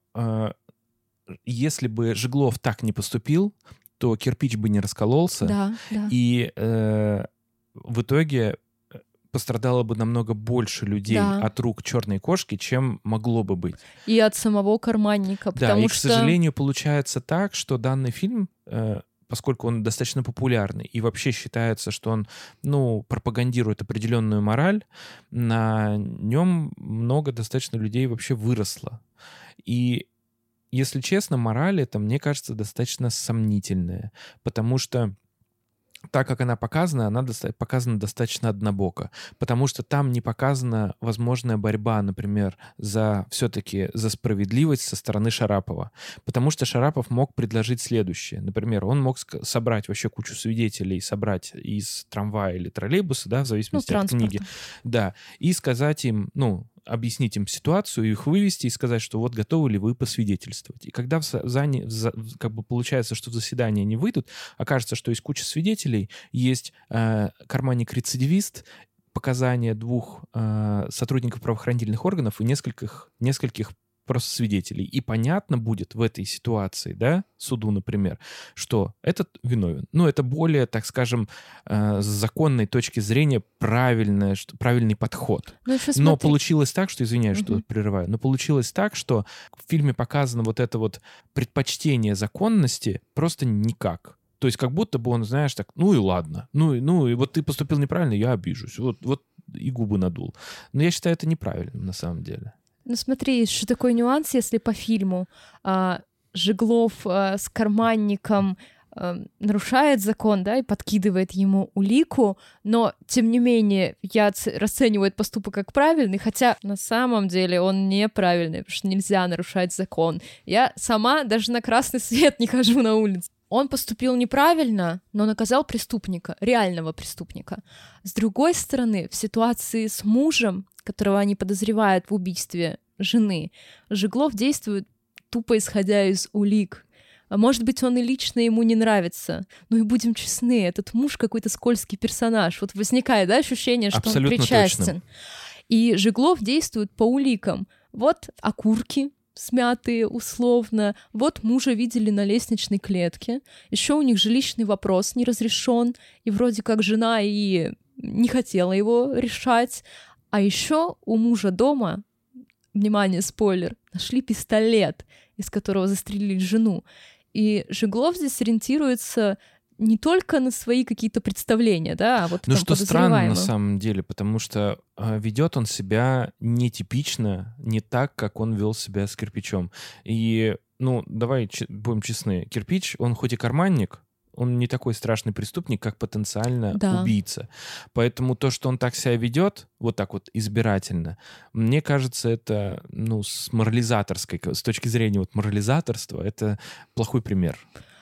если бы Жеглов так не поступил, то кирпич бы не раскололся, да, да. и э, в итоге пострадало бы намного больше людей да. от рук черной кошки, чем могло бы быть. И от самого карманника, да, потому и, что... к сожалению, получается так, что данный фильм, э, поскольку он достаточно популярный, и вообще считается, что он, ну, пропагандирует определенную мораль, на нем много достаточно людей вообще выросло. И если честно, мораль это, мне кажется, достаточно сомнительная, потому что так как она показана, она доста- показана достаточно однобоко, потому что там не показана возможная борьба, например, за все-таки за справедливость со стороны Шарапова, потому что Шарапов мог предложить следующее. Например, он мог ск- собрать вообще кучу свидетелей, собрать из трамвая или троллейбуса, да, в зависимости ну, от книги, да, и сказать им, ну, объяснить им ситуацию, их вывести и сказать, что вот готовы ли вы посвидетельствовать. И когда в зане, в, как бы получается, что в заседание не выйдут, окажется, что есть куча свидетелей, есть э, карманник-рецидивист, показания двух э, сотрудников правоохранительных органов и нескольких, нескольких просто свидетелей. И понятно будет в этой ситуации, да, суду, например, что этот виновен. Ну, это более, так скажем, э, с законной точки зрения правильное, что, правильный подход. Ну, но получилось так, что, извиняюсь, угу. что прерываю, но получилось так, что в фильме показано вот это вот предпочтение законности просто никак. То есть как будто бы он, знаешь, так, ну и ладно, ну и, ну и вот ты поступил неправильно, я обижусь. Вот, вот и губы надул. Но я считаю это неправильным на самом деле. Ну смотри, еще такой нюанс, если по фильму а, Жеглов а, с карманником а, нарушает закон, да, и подкидывает ему улику, но, тем не менее, я ц- расцениваю этот поступок как правильный, хотя на самом деле он неправильный, потому что нельзя нарушать закон. Я сама даже на красный свет не хожу на улицу. Он поступил неправильно, но наказал преступника, реального преступника. С другой стороны, в ситуации с мужем, которого они подозревают в убийстве жены, Жеглов действует тупо исходя из улик. А может быть, он и лично ему не нравится. Ну и будем честны, этот муж какой-то скользкий персонаж. Вот возникает, да, ощущение, что абсолютно он причастен. Точно. И Жеглов действует по уликам. Вот окурки смятые условно. Вот мужа видели на лестничной клетке. Еще у них жилищный вопрос не разрешен. И вроде как жена и не хотела его решать. А еще у мужа дома, внимание, спойлер, нашли пистолет, из которого застрелили жену. И Жеглов здесь ориентируется не только на свои какие-то представления, да, а вот ну там что странно на самом деле, потому что э, ведет он себя нетипично, не так, как он вел себя с кирпичом. И, ну, давай ч- будем честны, кирпич, он хоть и карманник, он не такой страшный преступник, как потенциально да. убийца. Поэтому то, что он так себя ведет, вот так вот избирательно, мне кажется, это, ну, с морализаторской, с точки зрения вот морализаторства, это плохой пример.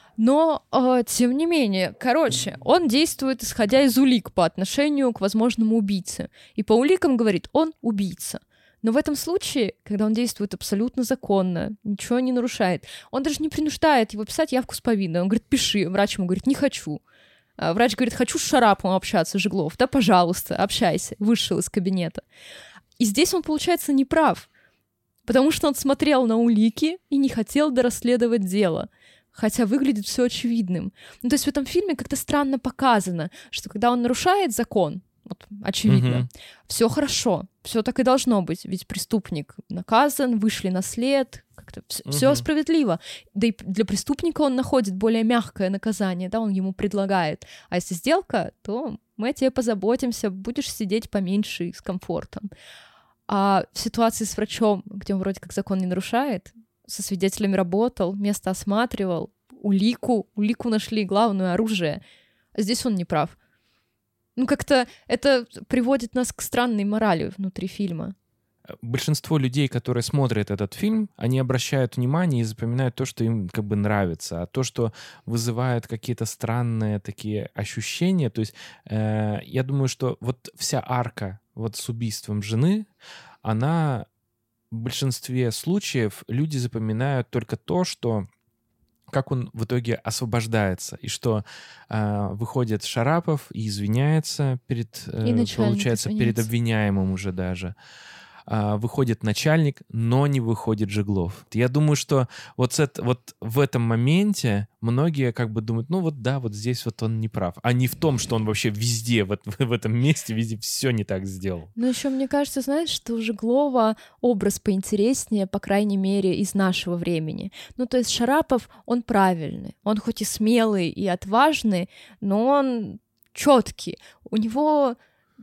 Но, э, тем не менее, короче, он действует, исходя из улик по отношению к возможному убийце. И по уликам говорит, он убийца. Но в этом случае, когда он действует абсолютно законно, ничего не нарушает, он даже не принуждает его писать явку с повинной. Он говорит, пиши. Врач ему говорит, не хочу. А врач говорит, хочу с Шараповым общаться, Жеглов. Да, пожалуйста, общайся. Вышел из кабинета. И здесь он, получается, не прав. Потому что он смотрел на улики и не хотел дорасследовать дело. Хотя выглядит все очевидным. Ну, то есть в этом фильме как-то странно показано, что когда он нарушает закон, вот, очевидно, mm-hmm. все хорошо, все так и должно быть, ведь преступник наказан, вышли на след, как-то все mm-hmm. справедливо. Да и для преступника он находит более мягкое наказание, да, он ему предлагает. А если сделка, то мы о тебе позаботимся, будешь сидеть поменьше и с комфортом. А в ситуации с врачом, где он вроде как закон не нарушает, со свидетелями работал, место осматривал, улику, улику нашли, главное оружие. А здесь он не прав. Ну, как-то это приводит нас к странной морали внутри фильма. Большинство людей, которые смотрят этот фильм, они обращают внимание и запоминают то, что им как бы нравится, а то, что вызывает какие-то странные такие ощущения. То есть э, я думаю, что вот вся арка вот с убийством жены, она в большинстве случаев люди запоминают только то, что как он в итоге освобождается, и что э, выходит Шарапов и извиняется перед, э, получается, извиняется. перед обвиняемым уже даже. Э, выходит начальник, но не выходит Жеглов. Я думаю, что вот, это, вот в этом моменте многие как бы думают, ну вот да, вот здесь вот он не прав, а не в том, что он вообще везде, в, в этом месте, везде все не так сделал. Ну еще мне кажется, знаешь, что у Жеглова образ поинтереснее, по крайней мере, из нашего времени. Ну то есть Шарапов, он правильный, он хоть и смелый и отважный, но он четкий. У него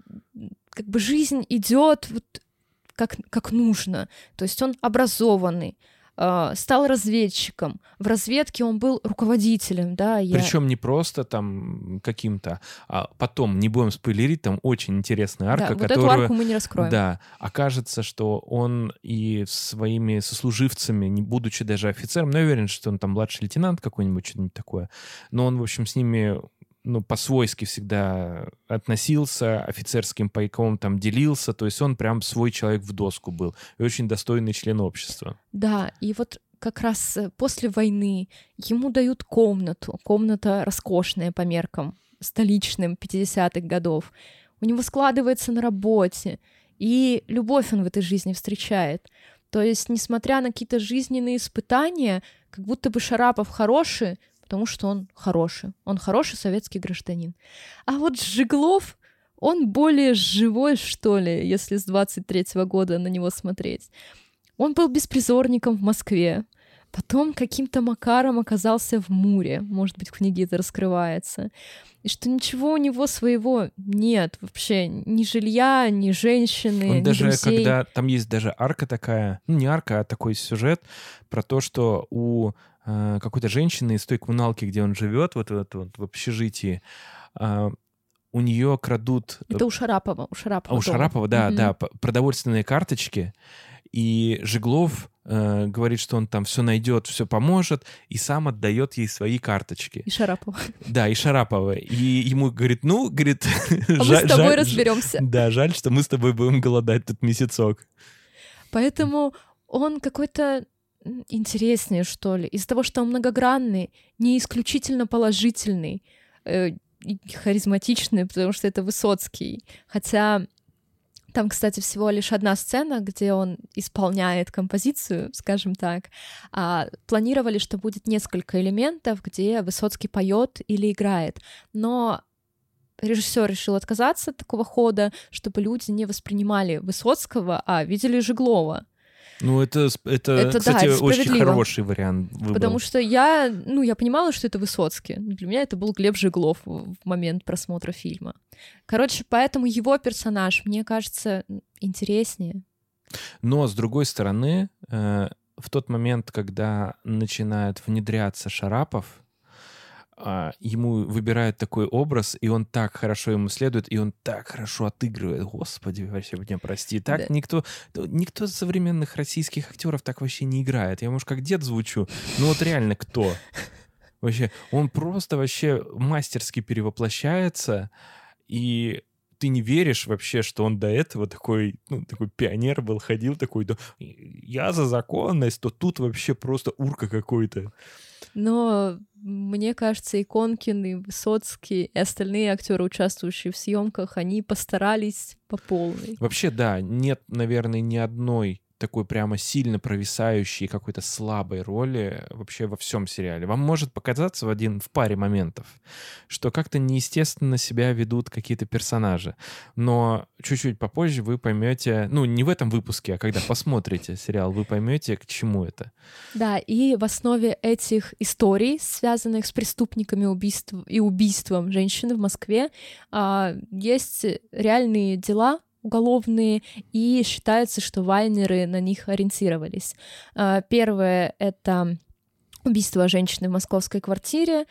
как бы жизнь идет вот как, как нужно. То есть он образованный, э, стал разведчиком. В разведке он был руководителем, да. Я... Причем не просто там каким-то, а потом, не будем спойлерить, там очень интересная арка, да, вот которую... эту арку мы не раскроем. Да, окажется, что он и своими сослуживцами, не будучи даже офицером, но я уверен, что он там младший лейтенант какой-нибудь, что-нибудь такое, но он, в общем, с ними... ну, по-свойски всегда относился, офицерским пайком там делился, то есть он прям свой человек в доску был, и очень достойный член общества. Да, и вот как раз после войны ему дают комнату, комната роскошная по меркам столичным пятидесятых годов, у него складывается на работе, и любовь он в этой жизни встречает. То есть, несмотря на какие-то жизненные испытания, как будто бы Шарапов хороший, потому что он хороший, он хороший советский гражданин. А вот Жеглов, он более живой, что ли, если с двадцать третьего года на него смотреть. Он был беспризорником в Москве, потом каким-то макаром оказался в Муре, может быть, в книге это раскрывается, и что ничего у него своего нет вообще, ни жилья, ни женщины, он ни даже, друзей. Когда там есть даже арка такая, ну не арка, а такой сюжет про то, что у э, какой-то женщины из той коммуналки, где он живет, вот, вот, вот в общежитии, э, у нее крадут... Это у Шарапова. У Шарапова, а у Шарапова, да, угу. да, продовольственные карточки, и Жеглов э, говорит, что он там все найдет, все поможет, и сам отдает ей свои карточки. И Шарапова. Да, и Шарапова. И ему говорит, ну, говорит... А жаль, мы с тобой жаль, разберемся. Да, жаль, что мы с тобой будем голодать тут месяцок. Поэтому он какой-то интереснее, что ли, из-за того, что он многогранный, не исключительно положительный, э, харизматичный, потому что это Высоцкий. Хотя там, кстати, всего лишь одна сцена, где он исполняет композицию, скажем так. А планировали, что будет несколько элементов, где Высоцкий поет или играет. Но режиссер решил отказаться от такого хода, чтобы люди не воспринимали Высоцкого, а видели Жеглова. Ну, это, это, это кстати, да, это очень хороший вариант выбрал. Потому что я, ну, я понимала, что это Высоцкий. Для меня это был Глеб Жеглов в момент просмотра фильма. Короче, поэтому его персонаж, мне кажется, интереснее. Но, с другой стороны, э, в тот момент, когда начинает внедряться Шарапов, э, ему выбирают такой образ, и он так хорошо ему следует, и он так хорошо отыгрывает. Господи, вообще меня прости. Так да. никто, никто из современных российских актеров так вообще не играет. Я, может, как дед звучу, но вот реально кто? Вообще, он просто вообще мастерски перевоплощается, и ты не веришь вообще, что он до этого такой, ну, такой пионер был, ходил такой, да, я за законность, то тут вообще просто урка какой-то. Но мне кажется, и Конкин, и Высоцкий, и остальные актеры, участвующие в съемках, они постарались по полной. Вообще, да, нет, наверное, ни одной такой прямо сильно провисающей какой-то слабой роли вообще во всем сериале. Вам может показаться в один в паре моментов, что как-то неестественно себя ведут какие-то персонажи. Но чуть-чуть попозже вы поймете, ну, не в этом выпуске, а когда посмотрите сериал, вы поймете, к чему это. Да, и в основе этих историй, связанных с преступниками убийств и убийством женщины в Москве, есть реальные дела уголовные, и считается, что вайнеры на них ориентировались. Первое — это убийство женщины в московской квартире.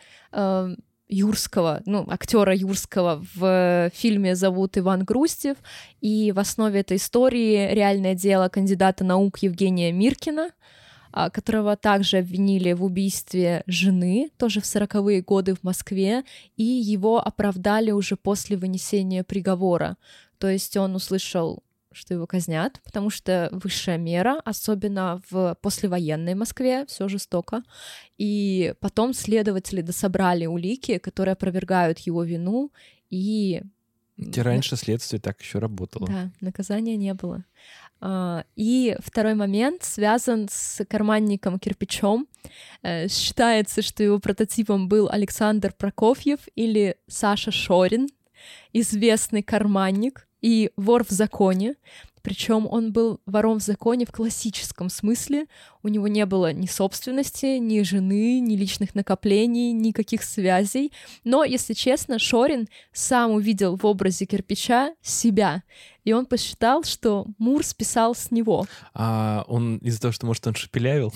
Юрского, ну, актера Юрского в фильме зовут Иван Грустев, и в основе этой истории реальное дело кандидата наук Евгения Миркина, которого также обвинили в убийстве жены, тоже в сороковые годы в Москве, и его оправдали уже после вынесения приговора. То есть он услышал что его казнят, потому что высшая мера, особенно в послевоенной Москве, все жестоко. И потом следователи дособрали улики, которые опровергают его вину, и... Хотя раньше следствие так еще работало. Да, наказания не было. И второй момент связан с карманником Кирпичом. Считается, что его прототипом был Александр Прокофьев или Саша Шорин, известный карманник и вор в законе. Причем он был вором в законе в классическом смысле. У него не было ни собственности, ни жены, ни личных накоплений, никаких связей. Но, если честно, Шорин сам увидел в образе Кирпича себя. И он посчитал, что Мур списал с него. А он из-за того, что, может, он шепелявил?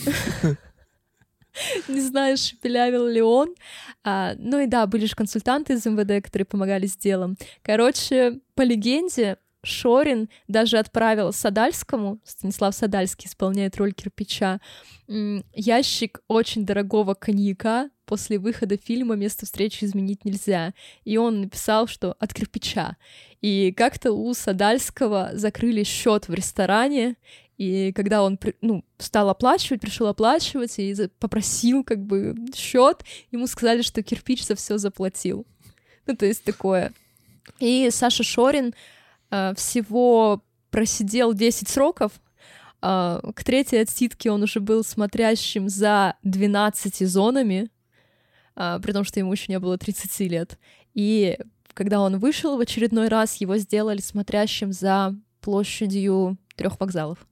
Не знаю, шепелявил ли он. А, ну и да, были же консультанты из эм вэ дэ, которые помогали с делом. Короче, по легенде, Шорин даже отправил Садальскому, Станислав Садальский исполняет роль Кирпича, ящик очень дорогого коньяка после выхода фильма «Место встречи изменить нельзя». И он написал, что от Кирпича. И как-то у Садальского закрыли счет в ресторане, и когда он ну, стал оплачивать, пришел оплачивать и попросил как бы счет, ему сказали, что Кирпич за все заплатил. Ну, то есть такое. И Саша Шорин всего просидел десять сроков. К третьей отсидке он уже был смотрящим за двенадцатью зонами, при том, что ему еще не было тридцати лет. И когда он вышел в очередной раз, его сделали смотрящим за площадью трех вокзалов.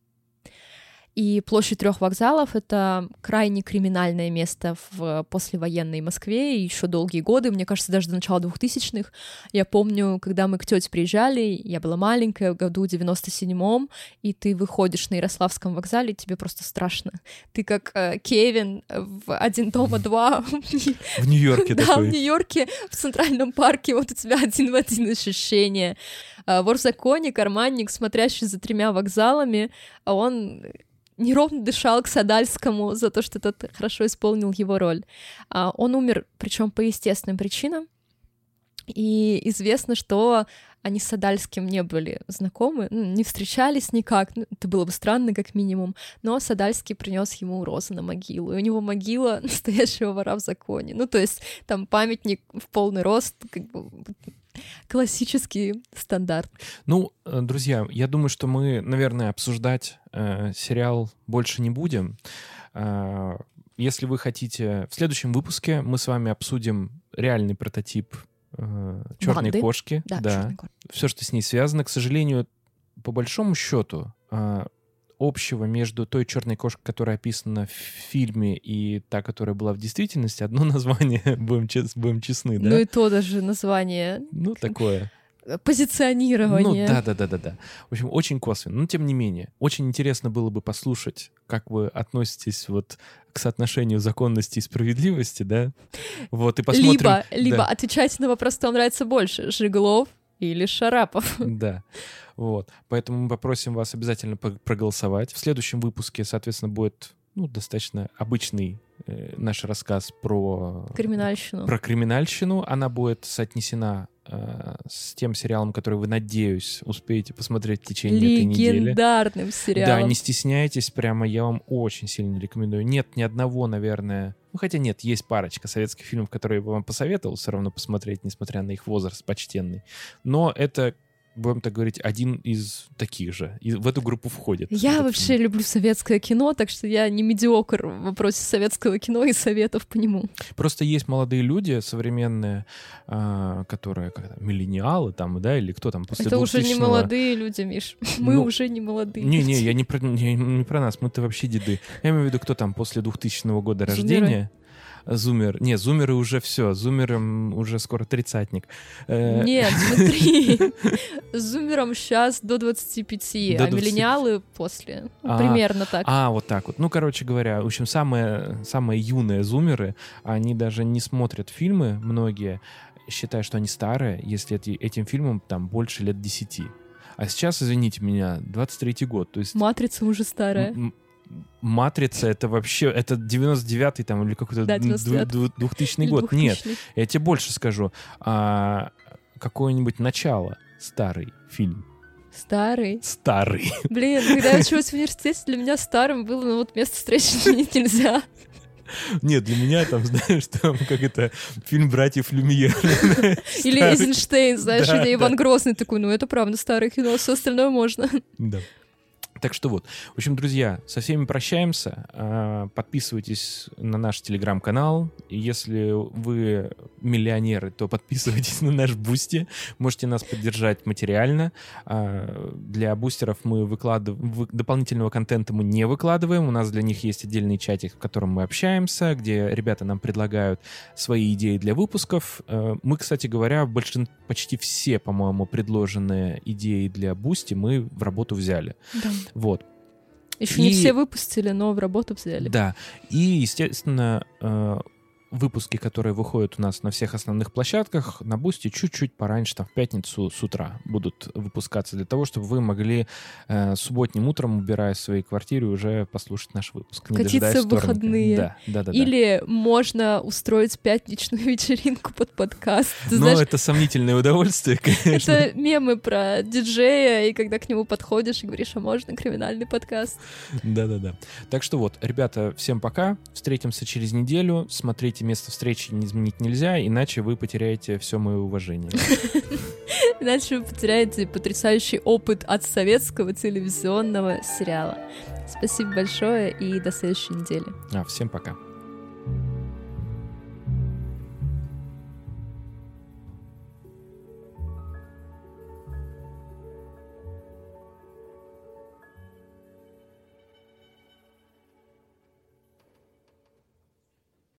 И площадь трех вокзалов — это крайне криминальное место в послевоенной Москве, и еще долгие годы, мне кажется, даже до начала двухтысячных. Я помню, когда мы к тете приезжали, я была маленькая, в году девяносто седьмом, и ты выходишь на Ярославском вокзале, и тебе просто страшно. Ты как э, Кевин в «Один дома два». В Нью-Йорке такой. Да, в Нью-Йорке, в Центральном парке, вот у тебя один в один ощущение. Вор в законе, карманник, смотрящий за тремя вокзалами, он неровно дышал к Садальскому за то, что тот хорошо исполнил его роль. Он умер, причем по естественным причинам, и известно, что они с Садальским не были знакомы, не встречались никак, это было бы странно, как минимум, но Садальский принес ему розы на могилу, и у него могила настоящего вора в законе. Ну, то есть там памятник в полный рост, как бы классический стандарт. Ну, друзья, я думаю, что мы, наверное, обсуждать э, сериал больше не будем. Э, если вы хотите... В следующем выпуске мы с вами обсудим реальный прототип э, «Черной кошки». Да, да. Все, что с ней связано. К сожалению, по большому счету, э, общего между той черной кошкой, которая описана в фильме, и та, которая была в действительности, одно название, будем, чест, будем честны, да? Ну и то даже название. Ну, такое. Позиционирование. Ну, да-да-да-да-да. В общем, очень косвенно. Но, тем не менее, очень интересно было бы послушать, как вы относитесь вот к соотношению законности и справедливости, да? Вот, и посмотрим... Либо, либо да. отвечайте на вопрос, кто вам нравится больше, Жиглов или Шарапов. Да. Вот. Поэтому мы попросим вас обязательно проголосовать. В следующем выпуске, соответственно, будет ну, достаточно обычный э, наш рассказ про... Криминальщину. Про криминальщину. Она будет соотнесена э, с тем сериалом, который вы, надеюсь, успеете посмотреть в течение этой недели. Легендарным сериалом. Да, не стесняйтесь, прямо я вам очень сильно рекомендую. Нет ни одного, наверное... Ну, хотя нет, есть парочка советских фильмов, которые я вам посоветовал все равно посмотреть, несмотря на их возраст почтенный. Но это... будем так говорить, один из таких же. И в эту группу входит. Я вообще фильм. люблю советское кино, так что я не медиокр в вопросе советского кино и советов по нему. Просто есть молодые люди современные, которые как-то, миллениалы там, да, или кто там после Это двухтысячного... уже не молодые люди, Миш. Мы ну, уже не молодые. Не-не, я не про, не, не про нас, мы-то вообще деды. Я имею в виду, кто там после двухтысячного года рождения. Зумер. Не, зумеры уже все. Зумерам уже скоро тридцатник. Нет, смотри. Зумерам сейчас до двадцати пяти, до а двадцати... миллениалы после. А, примерно так. А, вот так вот. Ну, короче говоря, в общем, самые, самые юные зумеры, они даже не смотрят фильмы, многие, считая, что они старые, если эти, этим фильмам там больше лет десяти. А сейчас, извините меня, двадцать третий год. То есть... «Матрица» уже старая. М- «Матрица» — это вообще, это девяносто девятый там или какой-то да, двухтысячный год. Нет, я тебе больше скажу. А, какое-нибудь «Начало», старый фильм. Старый? Старый. Блин, когда я училась в университете, для меня старым было, ну вот место встречи изменить нельзя. Нет, для меня там, знаешь, там как это, фильм «Братьев Люмьер». Или Эйзенштейн, знаешь, Да, или да. Иван Грозный такой, ну это правда старое кино, все остальное можно. Да. Так что вот. В общем, друзья, со всеми прощаемся. А, Подписывайтесь на наш телеграм-канал. И если вы миллионеры, то подписывайтесь на наш Бусти. Можете нас поддержать материально. А, Для бустеров мы выкладываем... вы- Дополнительного контента мы не выкладываем. У нас для них есть отдельный чатик, в котором мы общаемся, где ребята нам предлагают свои идеи для выпусков. Э, Мы, кстати говоря, большин... почти все, по-моему, предложенные идеи для Бусти мы в работу взяли. Да. Вот. Еще не И- все выпустили, но в работу взяли. Да. И, естественно, э, выпуски, которые выходят у нас на всех основных площадках, на Бусти чуть-чуть пораньше, там, в пятницу с утра будут выпускаться для того, чтобы вы могли э, субботним утром, убирая в своей квартире, уже послушать наш выпуск. не Катиться дожидаясь в вторника. выходные. Да, да, да. да. Или можно устроить пятничную вечеринку под подкаст. Ты Но знаешь, это сомнительное удовольствие, конечно. это мемы про диджея, и когда к нему подходишь и говоришь, а можно криминальный подкаст? Да-да-да. Так что вот, ребята, всем пока. Встретимся через неделю. Смотрите, место встречи не изменить нельзя, иначе вы потеряете все мое уважение. Иначе вы потеряете потрясающий опыт от советского телевизионного сериала. Спасибо большое и до следующей недели. А, всем пока.